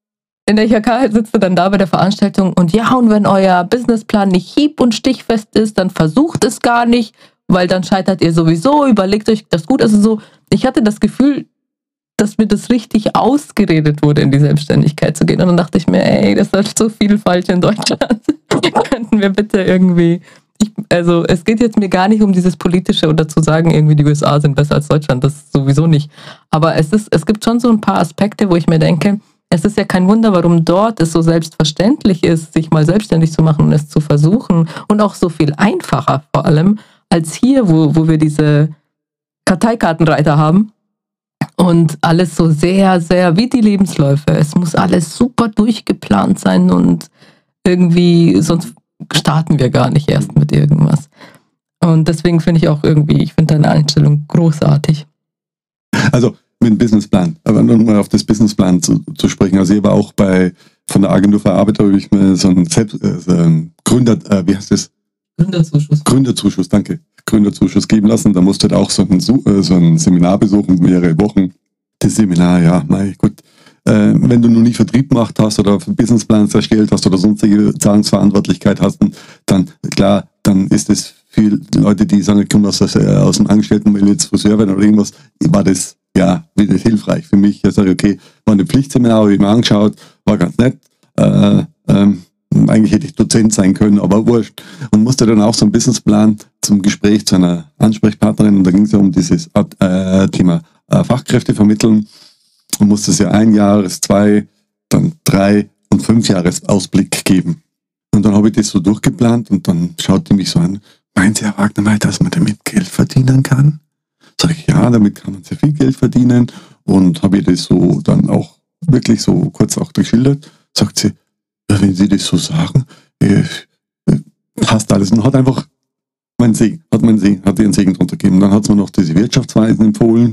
in der I H K sitzt du dann da bei der Veranstaltung und ja, und wenn euer Businessplan nicht hieb- und stichfest ist, dann versucht es gar nicht, weil dann scheitert ihr sowieso, überlegt euch das gut. Also so, ich hatte das Gefühl, dass mir das richtig ausgeredet wurde, in die Selbstständigkeit zu gehen. Und dann dachte ich mir, ey, das ist so viel falsch in Deutschland. Könnten wir bitte irgendwie, ich, also es geht jetzt mir gar nicht um dieses Politische oder zu sagen, irgendwie die U S A sind besser als Deutschland, das sowieso nicht. Aber es ist, es gibt schon so ein paar Aspekte, wo ich mir denke, es ist ja kein Wunder, warum dort es so selbstverständlich ist, sich mal selbstständig zu machen und es zu versuchen und auch so viel einfacher vor allem, als hier, wo, wo wir diese Karteikartenreiter haben. Und alles so sehr, sehr wie die Lebensläufe. Es muss alles super durchgeplant sein und irgendwie, sonst starten wir gar nicht erst mit irgendwas. Und deswegen finde ich auch irgendwie, ich finde deine Einstellung großartig. Also mit dem Businessplan, aber nur mal auf das Businessplan zu, zu sprechen. Also ich war auch bei, von der Agentur für Arbeit, habe ich mir so einen Selbst, äh, so einen Gründer, äh, wie heißt das? Gründerzuschuss. Gründerzuschuss, danke. Gründerzuschuss geben lassen. Da musst du halt auch so ein, so ein Seminar besuchen, mehrere Wochen. Das Seminar, ja, mein gut. Äh, wenn du noch nie Vertrieb gemacht hast oder Businessplans erstellt hast oder sonstige Zahlungsverantwortlichkeit hast, dann, klar, dann ist es für Leute, die sagen, ich komme aus, aus dem Angestelltenverhältnis Friseur werden oder irgendwas, war das, ja, wieder hilfreich für mich. Ich sage, okay, war eine Pflichtseminar, habe ich mir angeschaut, war ganz nett. Äh, ähm, Eigentlich hätte ich Dozent sein können, aber wurscht. Und musste dann auch so einen Businessplan zum Gespräch zu einer Ansprechpartnerin. Und da ging es ja um dieses äh, Thema äh, Fachkräfte vermitteln. Und musste es ja ein Jahres, zwei, dann drei und fünf Jahres Ausblick geben. Und dann habe ich das so durchgeplant und dann schaut die mich so an. Meint Sie, Herr Wagner, dass man damit Geld verdienen kann? Sag ich, ja, damit kann man sehr viel Geld verdienen. Und habe ihr das so dann auch wirklich so kurz auch geschildert. Sagt sie, wenn Sie das so sagen, äh, äh, passt alles. Und hat einfach meinen Segen, hat meinen Segen, hat ihren Segen drunter gegeben. Dann hat sie mir noch diese Wirtschaftsweisen empfohlen,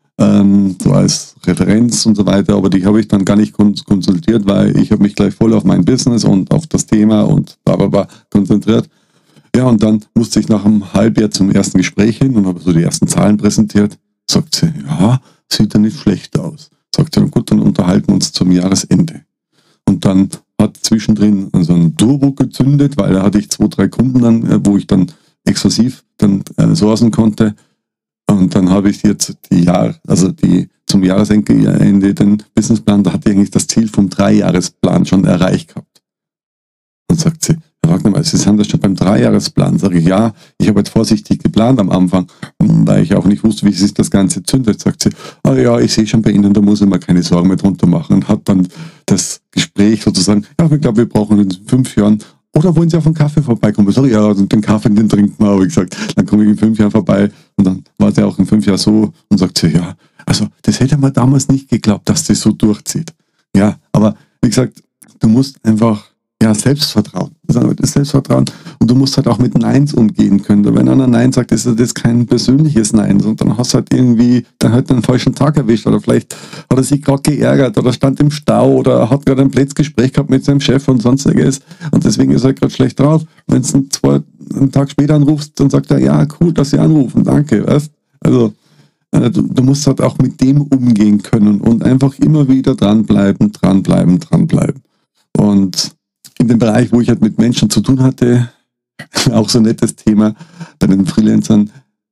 ähm, so als Referenz und so weiter, aber die habe ich dann gar nicht konsultiert, weil ich habe mich gleich voll auf mein Business und auf das Thema und bla bla bla konzentriert. Ja, und dann musste ich nach einem Halbjahr zum ersten Gespräch hin und habe so die ersten Zahlen präsentiert. Sagt sie, ja, sieht ja nicht schlecht aus. Sagt sie, gut, dann unterhalten wir uns zum Jahresende. Und dann hat zwischendrin so ein Turbo gezündet, weil da hatte ich zwei, drei Kunden dann, wo ich dann exklusiv dann äh, sourcen konnte. Und dann habe ich jetzt die Jahr, also die zum Jahresende den Businessplan, da hatte ich eigentlich das Ziel vom Dreijahresplan schon erreicht gehabt. Und sagt sie, Herr Wagner, Sie sind das schon beim Dreijahresplan. Sage ich, ja, ich habe jetzt vorsichtig geplant am Anfang, weil ich auch nicht wusste, wie sich das Ganze zündet. Sagt sie, ah ja, ich sehe schon bei Ihnen, da muss ich mir keine Sorgen mehr drunter machen. Und hat dann das Gespräch sozusagen, ja, ich glaube, wir brauchen in fünf Jahren, oder wollen Sie auf einen Kaffee vorbeikommen? Sag ich, ja, den Kaffee, den trinken wir, habe ich gesagt. Dann komme ich in fünf Jahren vorbei. Und dann war sie auch in fünf Jahren so und sagt sie, ja, also das hätte man damals nicht geglaubt, dass das so durchzieht. Ja, aber wie gesagt, du musst einfach, ja, Selbstvertrauen. Das ist Selbstvertrauen. Und du musst halt auch mit Neins umgehen können. Wenn einer Nein sagt, ist das kein persönliches Nein, sondern dann hast du halt irgendwie dann halt einen falschen Tag erwischt. Oder vielleicht hat er sich gerade geärgert oder stand im Stau oder hat gerade ein Blitzgespräch gehabt mit seinem Chef und sonstiges. Und deswegen ist er gerade schlecht drauf. Wenn du einen, zwei, einen Tag später anrufst, dann sagt er, ja, cool, dass Sie anrufen, danke. Weißt? Also du, du musst halt auch mit dem umgehen können und einfach immer wieder dranbleiben, dranbleiben, dranbleiben. Und in dem Bereich, wo ich halt mit Menschen zu tun hatte, auch so ein nettes Thema bei den Freelancern.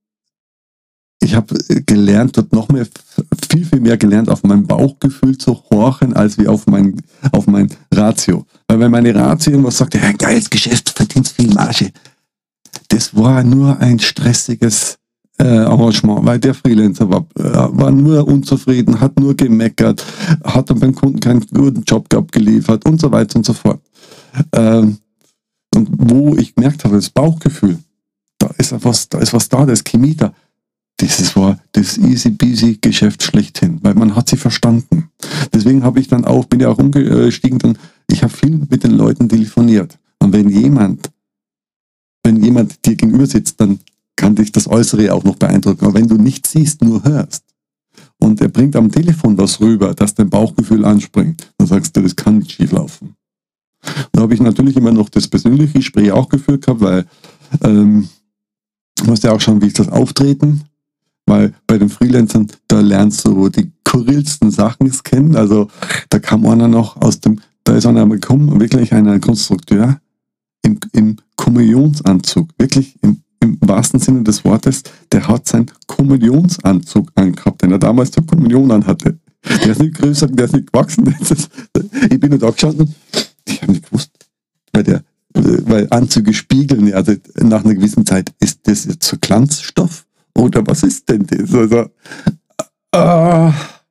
Ich habe gelernt, dort noch mehr, viel, viel mehr gelernt, auf mein Bauchgefühl zu horchen, als wie auf mein, auf mein Ratio. Weil wenn meine Ratio irgendwas sagt, ja, ein geiles Geschäft, verdienst viel Marge, das war nur ein stressiges äh, Arrangement, weil der Freelancer war, äh, war nur unzufrieden, hat nur gemeckert, hat dann beim Kunden keinen guten Job abgeliefert und so weiter und so fort. Ähm, und wo ich gemerkt habe, das Bauchgefühl, da ist was, da ist was da, da ist Chemie da. Das war das easy peasy Geschäft schlechthin, weil man hat sie verstanden. Deswegen habe ich dann auch, bin ja auch umgestiegen, dann, ich habe viel mit den Leuten telefoniert. Und wenn jemand, wenn jemand dir gegenüber sitzt, dann kann dich das Äußere auch noch beeindrucken. Aber wenn du nicht siehst, nur hörst, und er bringt am Telefon was rüber, das dein Bauchgefühl anspringt, dann sagst du, das kann nicht schief laufen. Da habe ich natürlich immer noch das persönliche Gespräch auch geführt gehabt, weil ähm, du musst ja auch schauen, wie ist das Auftreten, weil bei den Freelancern, da lernst du die skurrilsten Sachen kennen. Also da kam einer noch aus dem, da ist einer gekommen, wirklich ein Konstrukteur im, im Kommunionsanzug, wirklich im, im wahrsten Sinne des Wortes, der hat seinen Kommunionsanzug angehabt, den er damals zur Kommunion anhatte. Der ist nicht größer, der ist nicht gewachsen. Ist, ich bin nicht abgestanden. Ich habe nicht gewusst, weil, der, weil Anzüge spiegeln, also nach einer gewissen Zeit, ist das jetzt so Glanzstoff oder was ist denn das? Also, äh,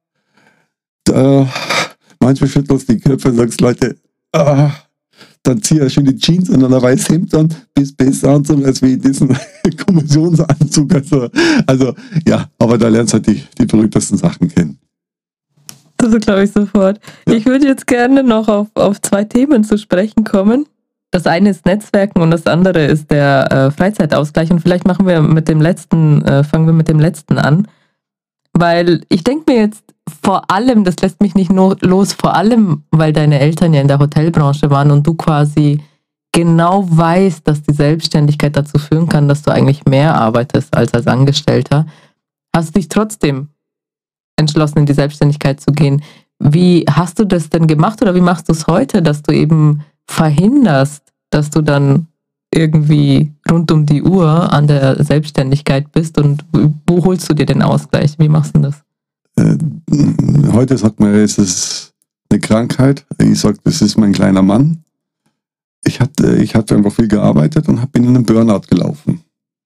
da, manchmal schüttelst du die Köpfe und sagst, Leute, äh, dann zieh ja schön die Jeans an und ein weißes Hemd an, bist besser anzogen als wie in diesem Kommissionsanzug. Also, also ja, aber da lernst du halt die, die verrücktesten Sachen kennen. Das glaube ich sofort. Ja. Ich würde jetzt gerne noch auf, auf zwei Themen zu sprechen kommen. Das eine ist Netzwerken und das andere ist der äh, Freizeitausgleich. Und vielleicht machen wir mit dem letzten, äh, fangen wir mit dem letzten an. Weil ich denke mir jetzt vor allem, das lässt mich nicht nur los, vor allem, weil deine Eltern ja in der Hotelbranche waren und du quasi genau weißt, dass die Selbstständigkeit dazu führen kann, dass du eigentlich mehr arbeitest als als Angestellter, hast du dich trotzdem entschlossen, in die Selbstständigkeit zu gehen. Wie hast du das denn gemacht oder wie machst du es heute, dass du eben verhinderst, dass du dann irgendwie rund um die Uhr an der Selbstständigkeit bist und wo holst du dir den Ausgleich? Wie machst du das? Äh, heute sagt man, es ist eine Krankheit. Ich sage, das ist mein kleiner Mann. Ich hatte, ich hatte einfach viel gearbeitet und bin in einen Burnout gelaufen.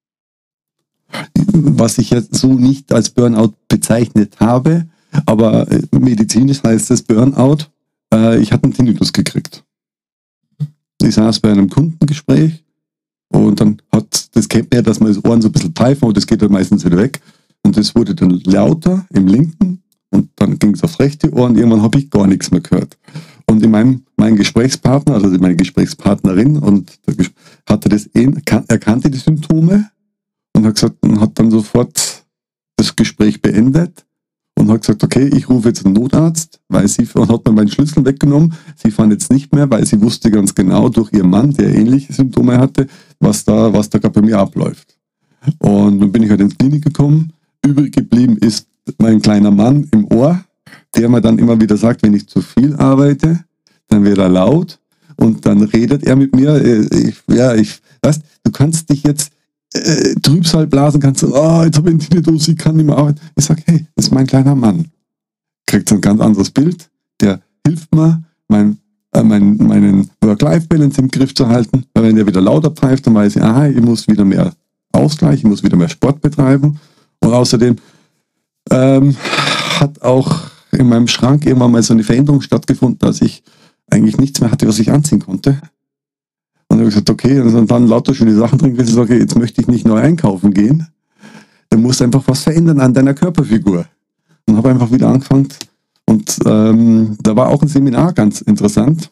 Was ich jetzt so nicht als Burnout bezeichnet habe, aber medizinisch heißt es Burnout. Äh, ich hatte einen Tinnitus gekriegt. Ich saß bei einem Kundengespräch und dann hat, das kennt man ja, dass man das Ohren so ein bisschen pfeifen und das geht dann meistens wieder weg. Und das wurde dann lauter im linken und dann ging es aufs rechte Ohr und irgendwann habe ich gar nichts mehr gehört. Und in meinem mein Gesprächspartner, also meine Gesprächspartnerin, und hatte das, erkannte die Symptome und hat gesagt, und hat dann sofort das Gespräch beendet und hat gesagt, okay, ich rufe jetzt einen Notarzt, weil sie, und hat mir meinen Schlüssel weggenommen. Sie fahren jetzt nicht mehr, weil sie wusste ganz genau durch ihren Mann, der ähnliche Symptome hatte, was da, was da gerade bei mir abläuft. Und dann bin ich halt ins Klinik gekommen, übrig geblieben ist mein kleiner Mann im Ohr, der mir dann immer wieder sagt, wenn ich zu viel arbeite, dann wird er laut und dann redet er mit mir. Ich, ja, ich, weißt, du kannst dich jetzt äh, Trübsal blasen, kannst du, oh, jetzt habe ich einen Tinnitus, ich kann nicht mehr arbeiten. Ich sage, hey, das ist mein kleiner Mann. Kriegt so ein ganz anderes Bild, der hilft mir, mein, äh, mein, meinen Work-Life-Balance im Griff zu halten, weil wenn der wieder lauter pfeift, dann weiß ich, aha, ich muss wieder mehr Ausgleich, ich muss wieder mehr Sport betreiben und außerdem ähm, hat auch in meinem Schrank irgendwann mal so eine Veränderung stattgefunden, dass ich eigentlich nichts mehr hatte, was ich anziehen konnte. Und dann habe ich gesagt, okay, und dann lauter schöne Sachen drin gewesen, okay, jetzt möchte ich nicht neu einkaufen gehen, dann musst du einfach was verändern an deiner Körperfigur. Und habe einfach wieder angefangen. Und ähm, da war auch ein Seminar ganz interessant,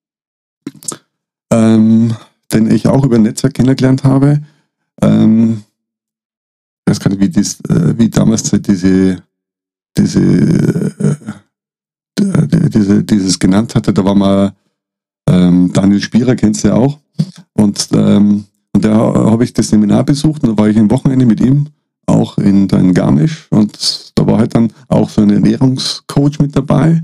ähm, den ich auch über ein Netzwerk kennengelernt habe. Ähm, ich weiß gar nicht, wie, dies, äh, wie damals diese, diese, äh, die, diese, dieses genannt hatte. Da war mal ähm, Daniel Spierer, kennst du ja auch. Und, ähm, und da habe ich das Seminar besucht und da war ich am Wochenende mit ihm auch in den Garmisch und da war halt dann auch so ein Ernährungscoach mit dabei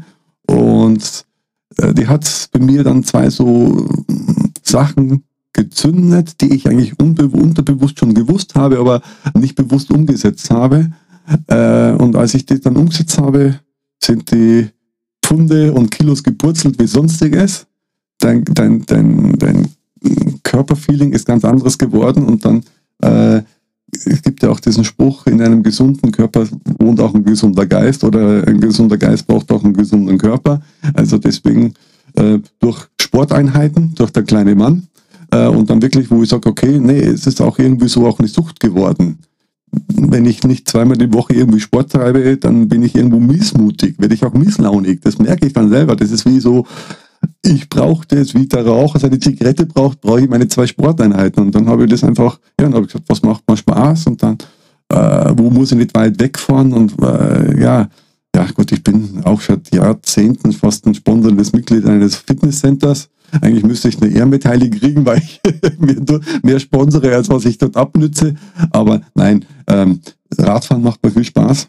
und äh, die hat bei mir dann zwei so Sachen gezündet, die ich eigentlich unbe- unterbewusst schon gewusst habe, aber nicht bewusst umgesetzt habe. Äh, und als ich das dann umgesetzt habe, sind die Pfunde und Kilos gepurzelt wie sonstiges. Dein, dein, dein, dein Körperfeeling ist ganz anderes geworden und dann äh, es gibt ja auch diesen Spruch, in einem gesunden Körper wohnt auch ein gesunder Geist oder ein gesunder Geist braucht auch einen gesunden Körper. Also deswegen äh, durch Sporteinheiten, durch der kleine Mann äh, und dann wirklich, wo ich sage, okay, nee, es ist auch irgendwie so auch eine Sucht geworden. Wenn ich nicht zweimal die Woche irgendwie Sport treibe, dann bin ich irgendwo missmutig, werde ich auch misslaunig. Das merke ich dann selber. Das ist wie so, ich brauche das, wie der Raucher seine Zigarette braucht, brauche ich meine zwei Sporteinheiten. Und dann habe ich das einfach, ja, dann habe ich gesagt, was macht mir Spaß? Und dann, äh, wo muss ich nicht weit wegfahren? Und äh, ja, ja gut, ich bin auch schon Jahrzehnten fast ein sponsorendes Mitglied eines Fitnesscenters. Eigentlich müsste ich eine Ehrenmedaille kriegen, weil ich mehr, mehr sponsere, als was ich dort abnütze. Aber nein, ähm, Radfahren macht mir viel Spaß.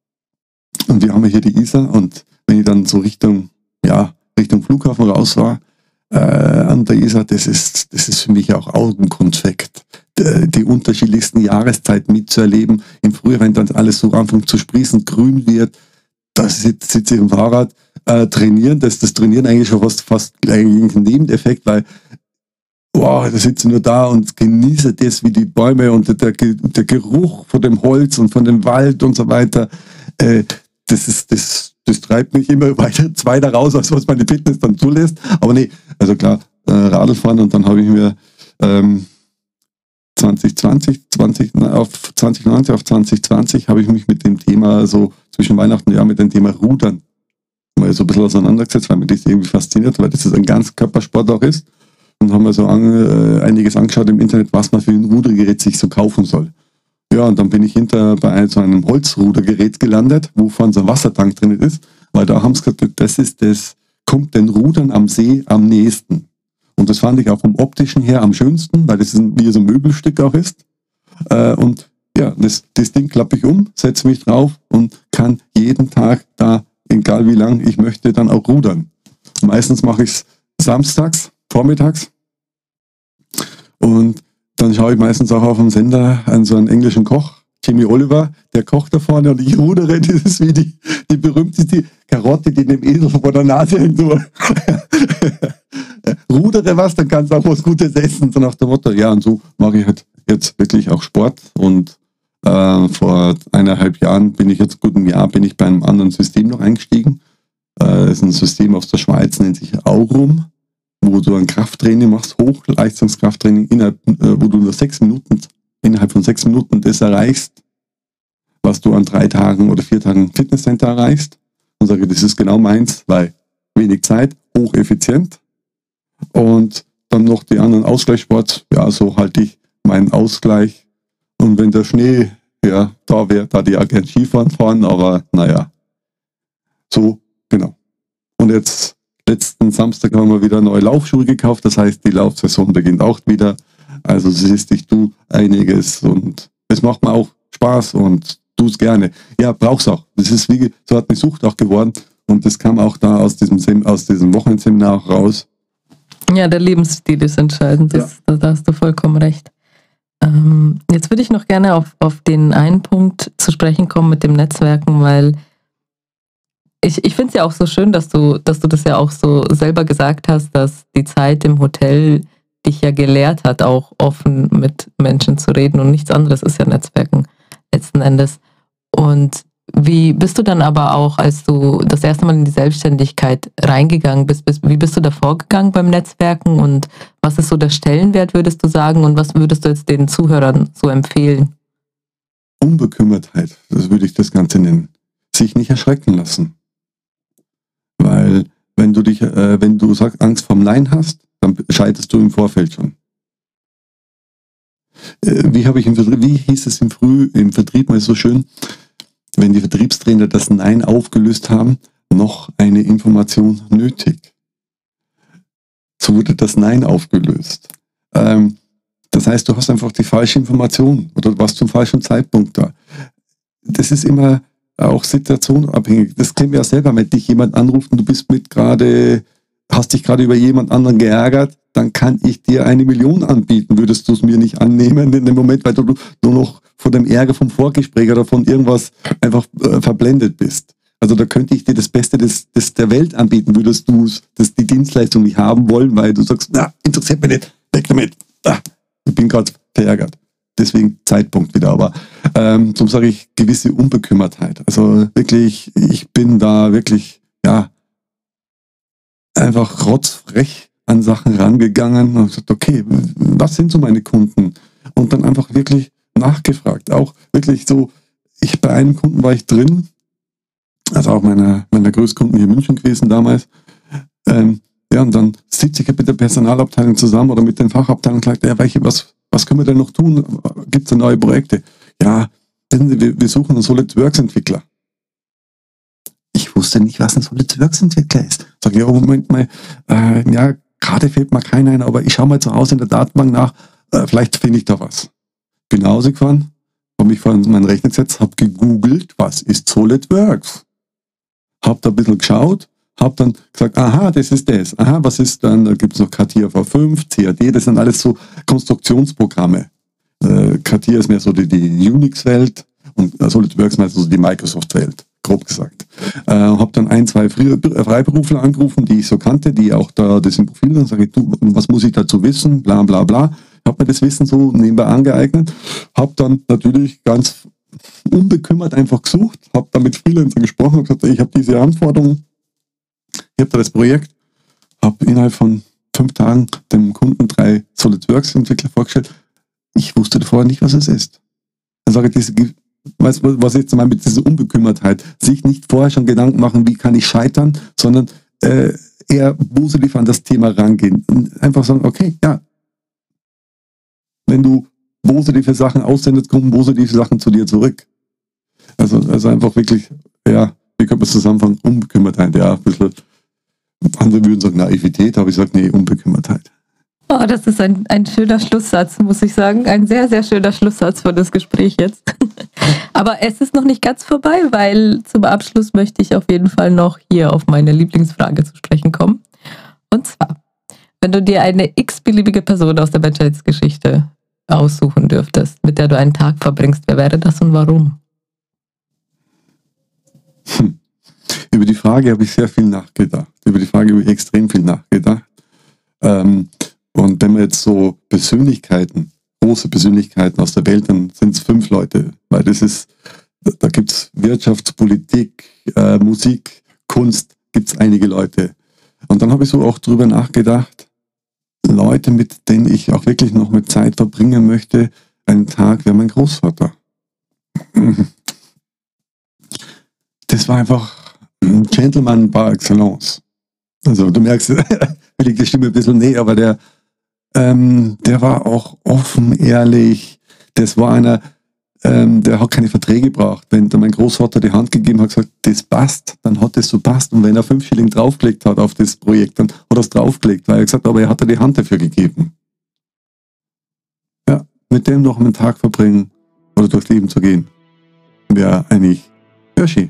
Und wir haben ja hier die Isar. Und wenn ich dann so Richtung, ja, Richtung Flughafen raus war, äh, an der Isar, das ist, das ist für mich auch Augenkonfekt. Die, die unterschiedlichsten Jahreszeiten mitzuerleben. Im Frühjahr, wenn dann alles so anfängt zu sprießen, grün wird, da sitze sitz ich im Fahrrad, äh, trainieren. Das, das Trainieren eigentlich schon fast, fast eigentlich ein Nebeneffekt, weil wow, da sitze ich nur da und genieße das, wie die Bäume und der, der Geruch von dem Holz und von dem Wald und so weiter. Äh, das ist, das, das treibt mich immer weiter, weiter raus, als was meine Fitness dann zulässt. Aber nee, also klar, äh, Radl fahren und dann habe ich mir ähm, zwanzig zwanzig, zwanzig, auf zwanzig neunzehn auf zwanzig zwanzig habe ich mich mit dem Thema so zwischen Weihnachten und Jahr mit dem Thema Rudern mal so ein bisschen auseinandergesetzt, weil mich das irgendwie fasziniert, weil das ein Ganzkörpersport auch ist. Und haben wir so an, äh, einiges angeschaut im Internet, was man für ein Rudergerät sich so kaufen soll. Ja, und dann bin ich hinter bei so einem Holzrudergerät gelandet, wo vorne so ein Wassertank drin ist, weil da haben sie gesagt, das ist das, kommt den Rudern am See am nächsten. Und das fand ich auch vom Optischen her am schönsten, weil das ein, wie so ein Möbelstück auch ist. Äh, und ja, das, das Ding klappe ich um, setze mich drauf und kann jeden Tag da, egal wie lang ich möchte, dann auch rudern. Meistens mache ich es samstags, vormittags. Und dann schaue ich meistens auch auf dem Sender an so einen englischen Koch, Jamie Oliver, der kocht da vorne und ich rudere, das ist wie die, die berühmteste Karotte, die dem Esel vor der Nase hängt. So. Rudere was, dann kannst du auch was Gutes essen, so nach dem Motto. Ja, und so mache ich halt jetzt wirklich auch Sport und äh, vor eineinhalb Jahren bin ich jetzt, gut ein Jahr, bin ich bei einem anderen System noch eingestiegen. Äh, das ist ein System aus der Schweiz, nennt sich Aurum, wo du ein Krafttraining machst, Hochleistungskrafttraining, innerhalb, äh, wo du nur sechs Minuten, innerhalb von sechs Minuten das erreichst, was du an drei Tagen oder vier Tagen im Fitnesscenter erreichst. Und sage, das ist genau meins, weil wenig Zeit, hocheffizient. Und dann noch die anderen Ausgleichssports, ja, so halte ich meinen Ausgleich. Und wenn der Schnee, ja, da wäre, da die ja gern Skifahren fahren, aber naja, so, genau. Und jetzt letzten Samstag haben wir wieder neue Laufschuhe gekauft, das heißt, die Laufsaison beginnt auch wieder. Also siehst dich du einiges und es macht mir auch Spaß und tu es gerne. Ja, brauch's auch. Das ist wie, so hat mich Sucht auch geworden. Und das kam auch da aus diesem, Sem- aus diesem Wochenendseminar auch raus. Ja, der Lebensstil ist entscheidend. Das, ja. Da hast du vollkommen recht. Ähm, jetzt würde ich noch gerne auf, auf den einen Punkt zu sprechen kommen mit dem Netzwerken, weil ich, ich finde es ja auch so schön, dass du, dass du das ja auch so selber gesagt hast, dass die Zeit im Hotel dich ja gelehrt hat, auch offen mit Menschen zu reden und nichts anderes ist ja Netzwerken letzten Endes. Und wie bist du dann aber auch, als du das erste Mal in die Selbstständigkeit reingegangen bist, bist wie bist du da vorgegangen beim Netzwerken und was ist so der Stellenwert, würdest du sagen, und was würdest du jetzt den Zuhörern so empfehlen? Unbekümmertheit, das würde ich das Ganze nennen. Sich nicht erschrecken lassen. Weil wenn du dich, äh, wenn du sagst, Angst vorm Nein hast, dann scheiterst du im Vorfeld schon. Äh, wie habe ich im Vertrieb, wie hieß es im Früh, im Vertrieb mal so schön, wenn die Vertriebstrainer das Nein aufgelöst haben, noch eine Information nötig. So wurde das Nein aufgelöst. Ähm, das heißt, du hast einfach die falsche Information oder du warst zum falschen Zeitpunkt da. Das ist immer auch situationabhängig. Das kennen wir ja selber, wenn dich jemand anruft und du bist mit gerade, hast dich gerade über jemand anderen geärgert, dann kann ich dir eine Million anbieten. Würdest du es mir nicht annehmen in dem Moment, weil du nur noch von dem Ärger vom Vorgespräch oder von irgendwas einfach äh, verblendet bist. Also da könnte ich dir das Beste des, des der Welt anbieten, würdest du das, die Dienstleistung nicht haben wollen, weil du sagst, na, interessiert mich nicht, weg damit. Ah, ich bin gerade verärgert. Deswegen Zeitpunkt wieder. Aber ähm, darum sage ich, gewisse Unbekümmertheit. Also wirklich, ich bin da wirklich, ja, einfach rotzfrech an Sachen rangegangen und gesagt, okay, was sind so meine Kunden? Und dann einfach wirklich nachgefragt. Auch wirklich so, ich bei einem Kunden war ich drin, also auch meiner, meiner Größkunden hier in München gewesen damals. Ähm, ja, und dann sitze ich mit der Personalabteilung zusammen oder mit den Fachabteilungen und sage, ja, welche, was, was können wir denn noch tun? Gibt es da neue Projekte? Ja, wir, wir suchen einen SolidWorks-Entwickler. Ich wusste nicht, was ein SolidWorks-Entwickler ist. Sag ich, ja, Moment mal, äh, ja, gerade fällt mir keiner ein, aber ich schaue mal zu Hause in der Datenbank nach, äh, vielleicht finde ich da was. Bin nach Hause gefahren, habe mich vor meinen Rechner gesetzt, habe gegoogelt, was ist SolidWorks? Habe da ein bisschen geschaut, habe dann gesagt, aha, das ist das. Aha, was ist dann, da gibt es noch CATIA V fünf, C A D, das sind alles so Konstruktionsprogramme. Äh, CATIA ist mehr so die, die Unix-Welt und äh, SolidWorks meistens so die Microsoft-Welt, grob gesagt. Äh, habe dann ein, zwei Freiberufler angerufen, die ich so kannte, die auch da das im Profil dann sage ich, du, was muss ich dazu wissen, bla bla bla. Habe mir das Wissen so nebenbei angeeignet, habe dann natürlich ganz unbekümmert einfach gesucht, habe dann mit Freelancern gesprochen und gesagt, ich habe diese Anforderungen, ich habe da das Projekt, habe innerhalb von fünf Tagen dem Kunden drei SolidWorks-Entwickler vorgestellt. Ich wusste vorher nicht, was es ist. Dann sage ich, diese, was, was jetzt mal mit dieser Unbekümmertheit, sich nicht vorher schon Gedanken machen, wie kann ich scheitern, sondern äh, eher positiv an das Thema rangehen. Und einfach sagen, okay, ja, wenn du positive Sachen aussendest, kommen positive Sachen zu dir zurück. Also, also einfach wirklich, ja, wie könnte man zusammenfangen? Unbekümmertheit, ja, ein bisschen. Andere würden sagen Naivität, aber ich sage, nee, Unbekümmertheit. Oh, das ist ein, ein schöner Schlusssatz, muss ich sagen. Ein sehr, sehr schöner Schlusssatz für das Gespräch jetzt. Aber es ist noch nicht ganz vorbei, weil zum Abschluss möchte ich auf jeden Fall noch hier auf meine Lieblingsfrage zu sprechen kommen. Und zwar, wenn du dir eine x-beliebige Person aus der Menschheitsgeschichte aussuchen dürftest, mit der du einen Tag verbringst, wer wäre das und warum? Hm. Über die Frage habe ich sehr viel nachgedacht. Über die Frage habe ich extrem viel nachgedacht. Ähm, und wenn wir jetzt so Persönlichkeiten, große Persönlichkeiten aus der Welt, dann sind es fünf Leute. Weil das ist, da gibt es Wirtschaft, Politik, äh, Musik, Kunst, gibt es einige Leute. Und dann habe ich so auch drüber nachgedacht, Leute, mit denen ich auch wirklich noch mit Zeit verbringen möchte, einen Tag wäre mein Großvater. Das war einfach ein Gentleman par excellence. Also du merkst, will ich die Stimme ein bisschen näher, aber der, ähm, der war auch offen, ehrlich. Das war einer, ähm, der hat keine Verträge gebraucht. Wenn der mein Großvater die Hand gegeben hat, gesagt, das passt, dann hat das so passt. Und wenn er fünf Schilling draufgelegt hat auf das Projekt, dann hat er es draufgelegt, weil er gesagt hat, aber er hat die Hand dafür gegeben. Ja, mit dem noch einen Tag verbringen oder durchs Leben zu gehen. wäre eigentlich sehr schön.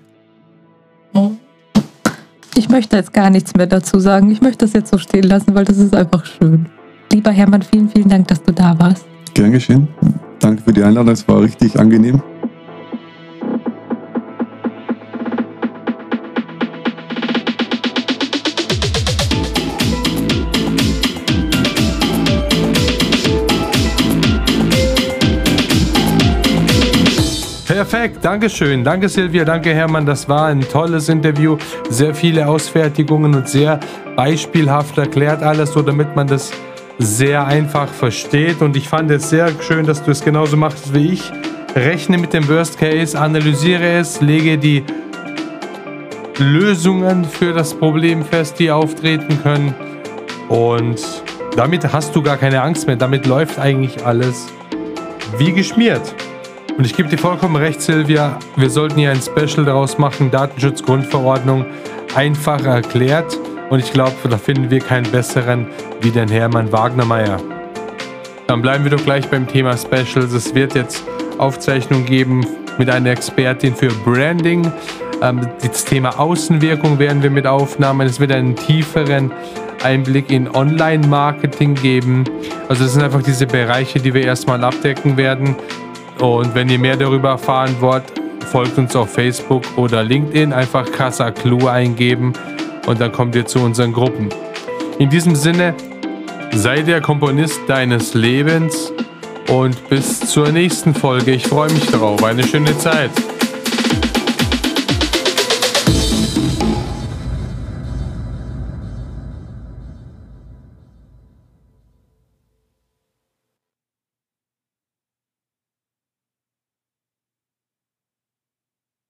Ich möchte jetzt gar nichts mehr dazu sagen. Ich möchte das jetzt so stehen lassen, weil das ist einfach schön. Lieber Hermann, vielen, vielen Dank, dass du da warst. Gern geschehen. Danke für die Einladung, es war richtig angenehm. Perfekt, Dankeschön. Danke Silvia, danke Hermann. Das war ein tolles Interview. Sehr viele Ausfertigungen und sehr beispielhaft erklärt alles, so damit man das sehr einfach versteht. Und ich fand es sehr schön, dass du es genauso machst wie ich. Rechne mit dem Worst Case, analysiere es, lege die Lösungen für das Problem fest, die auftreten können. Und damit hast du gar keine Angst mehr. Damit läuft eigentlich alles wie geschmiert. Und ich gebe dir vollkommen recht, Silvia, wir sollten hier ein Special daraus machen, Datenschutzgrundverordnung, einfach erklärt. Und ich glaube, da finden wir keinen besseren wie den Hermann Wagnermeier. Dann bleiben wir doch gleich beim Thema Specials. Es wird jetzt Aufzeichnungen geben mit einer Expertin für Branding. Ähm, das Thema Außenwirkung werden wir mit aufnehmen. Es wird einen tieferen Einblick in Online-Marketing geben. Also das sind einfach diese Bereiche, die wir erstmal abdecken werden. Und wenn ihr mehr darüber erfahren wollt, folgt uns auf Facebook oder LinkedIn. Einfach Casa Clue eingeben und dann kommt ihr zu unseren Gruppen. In diesem Sinne, sei der Komponist deines Lebens und bis zur nächsten Folge. Ich freue mich drauf. Eine schöne Zeit.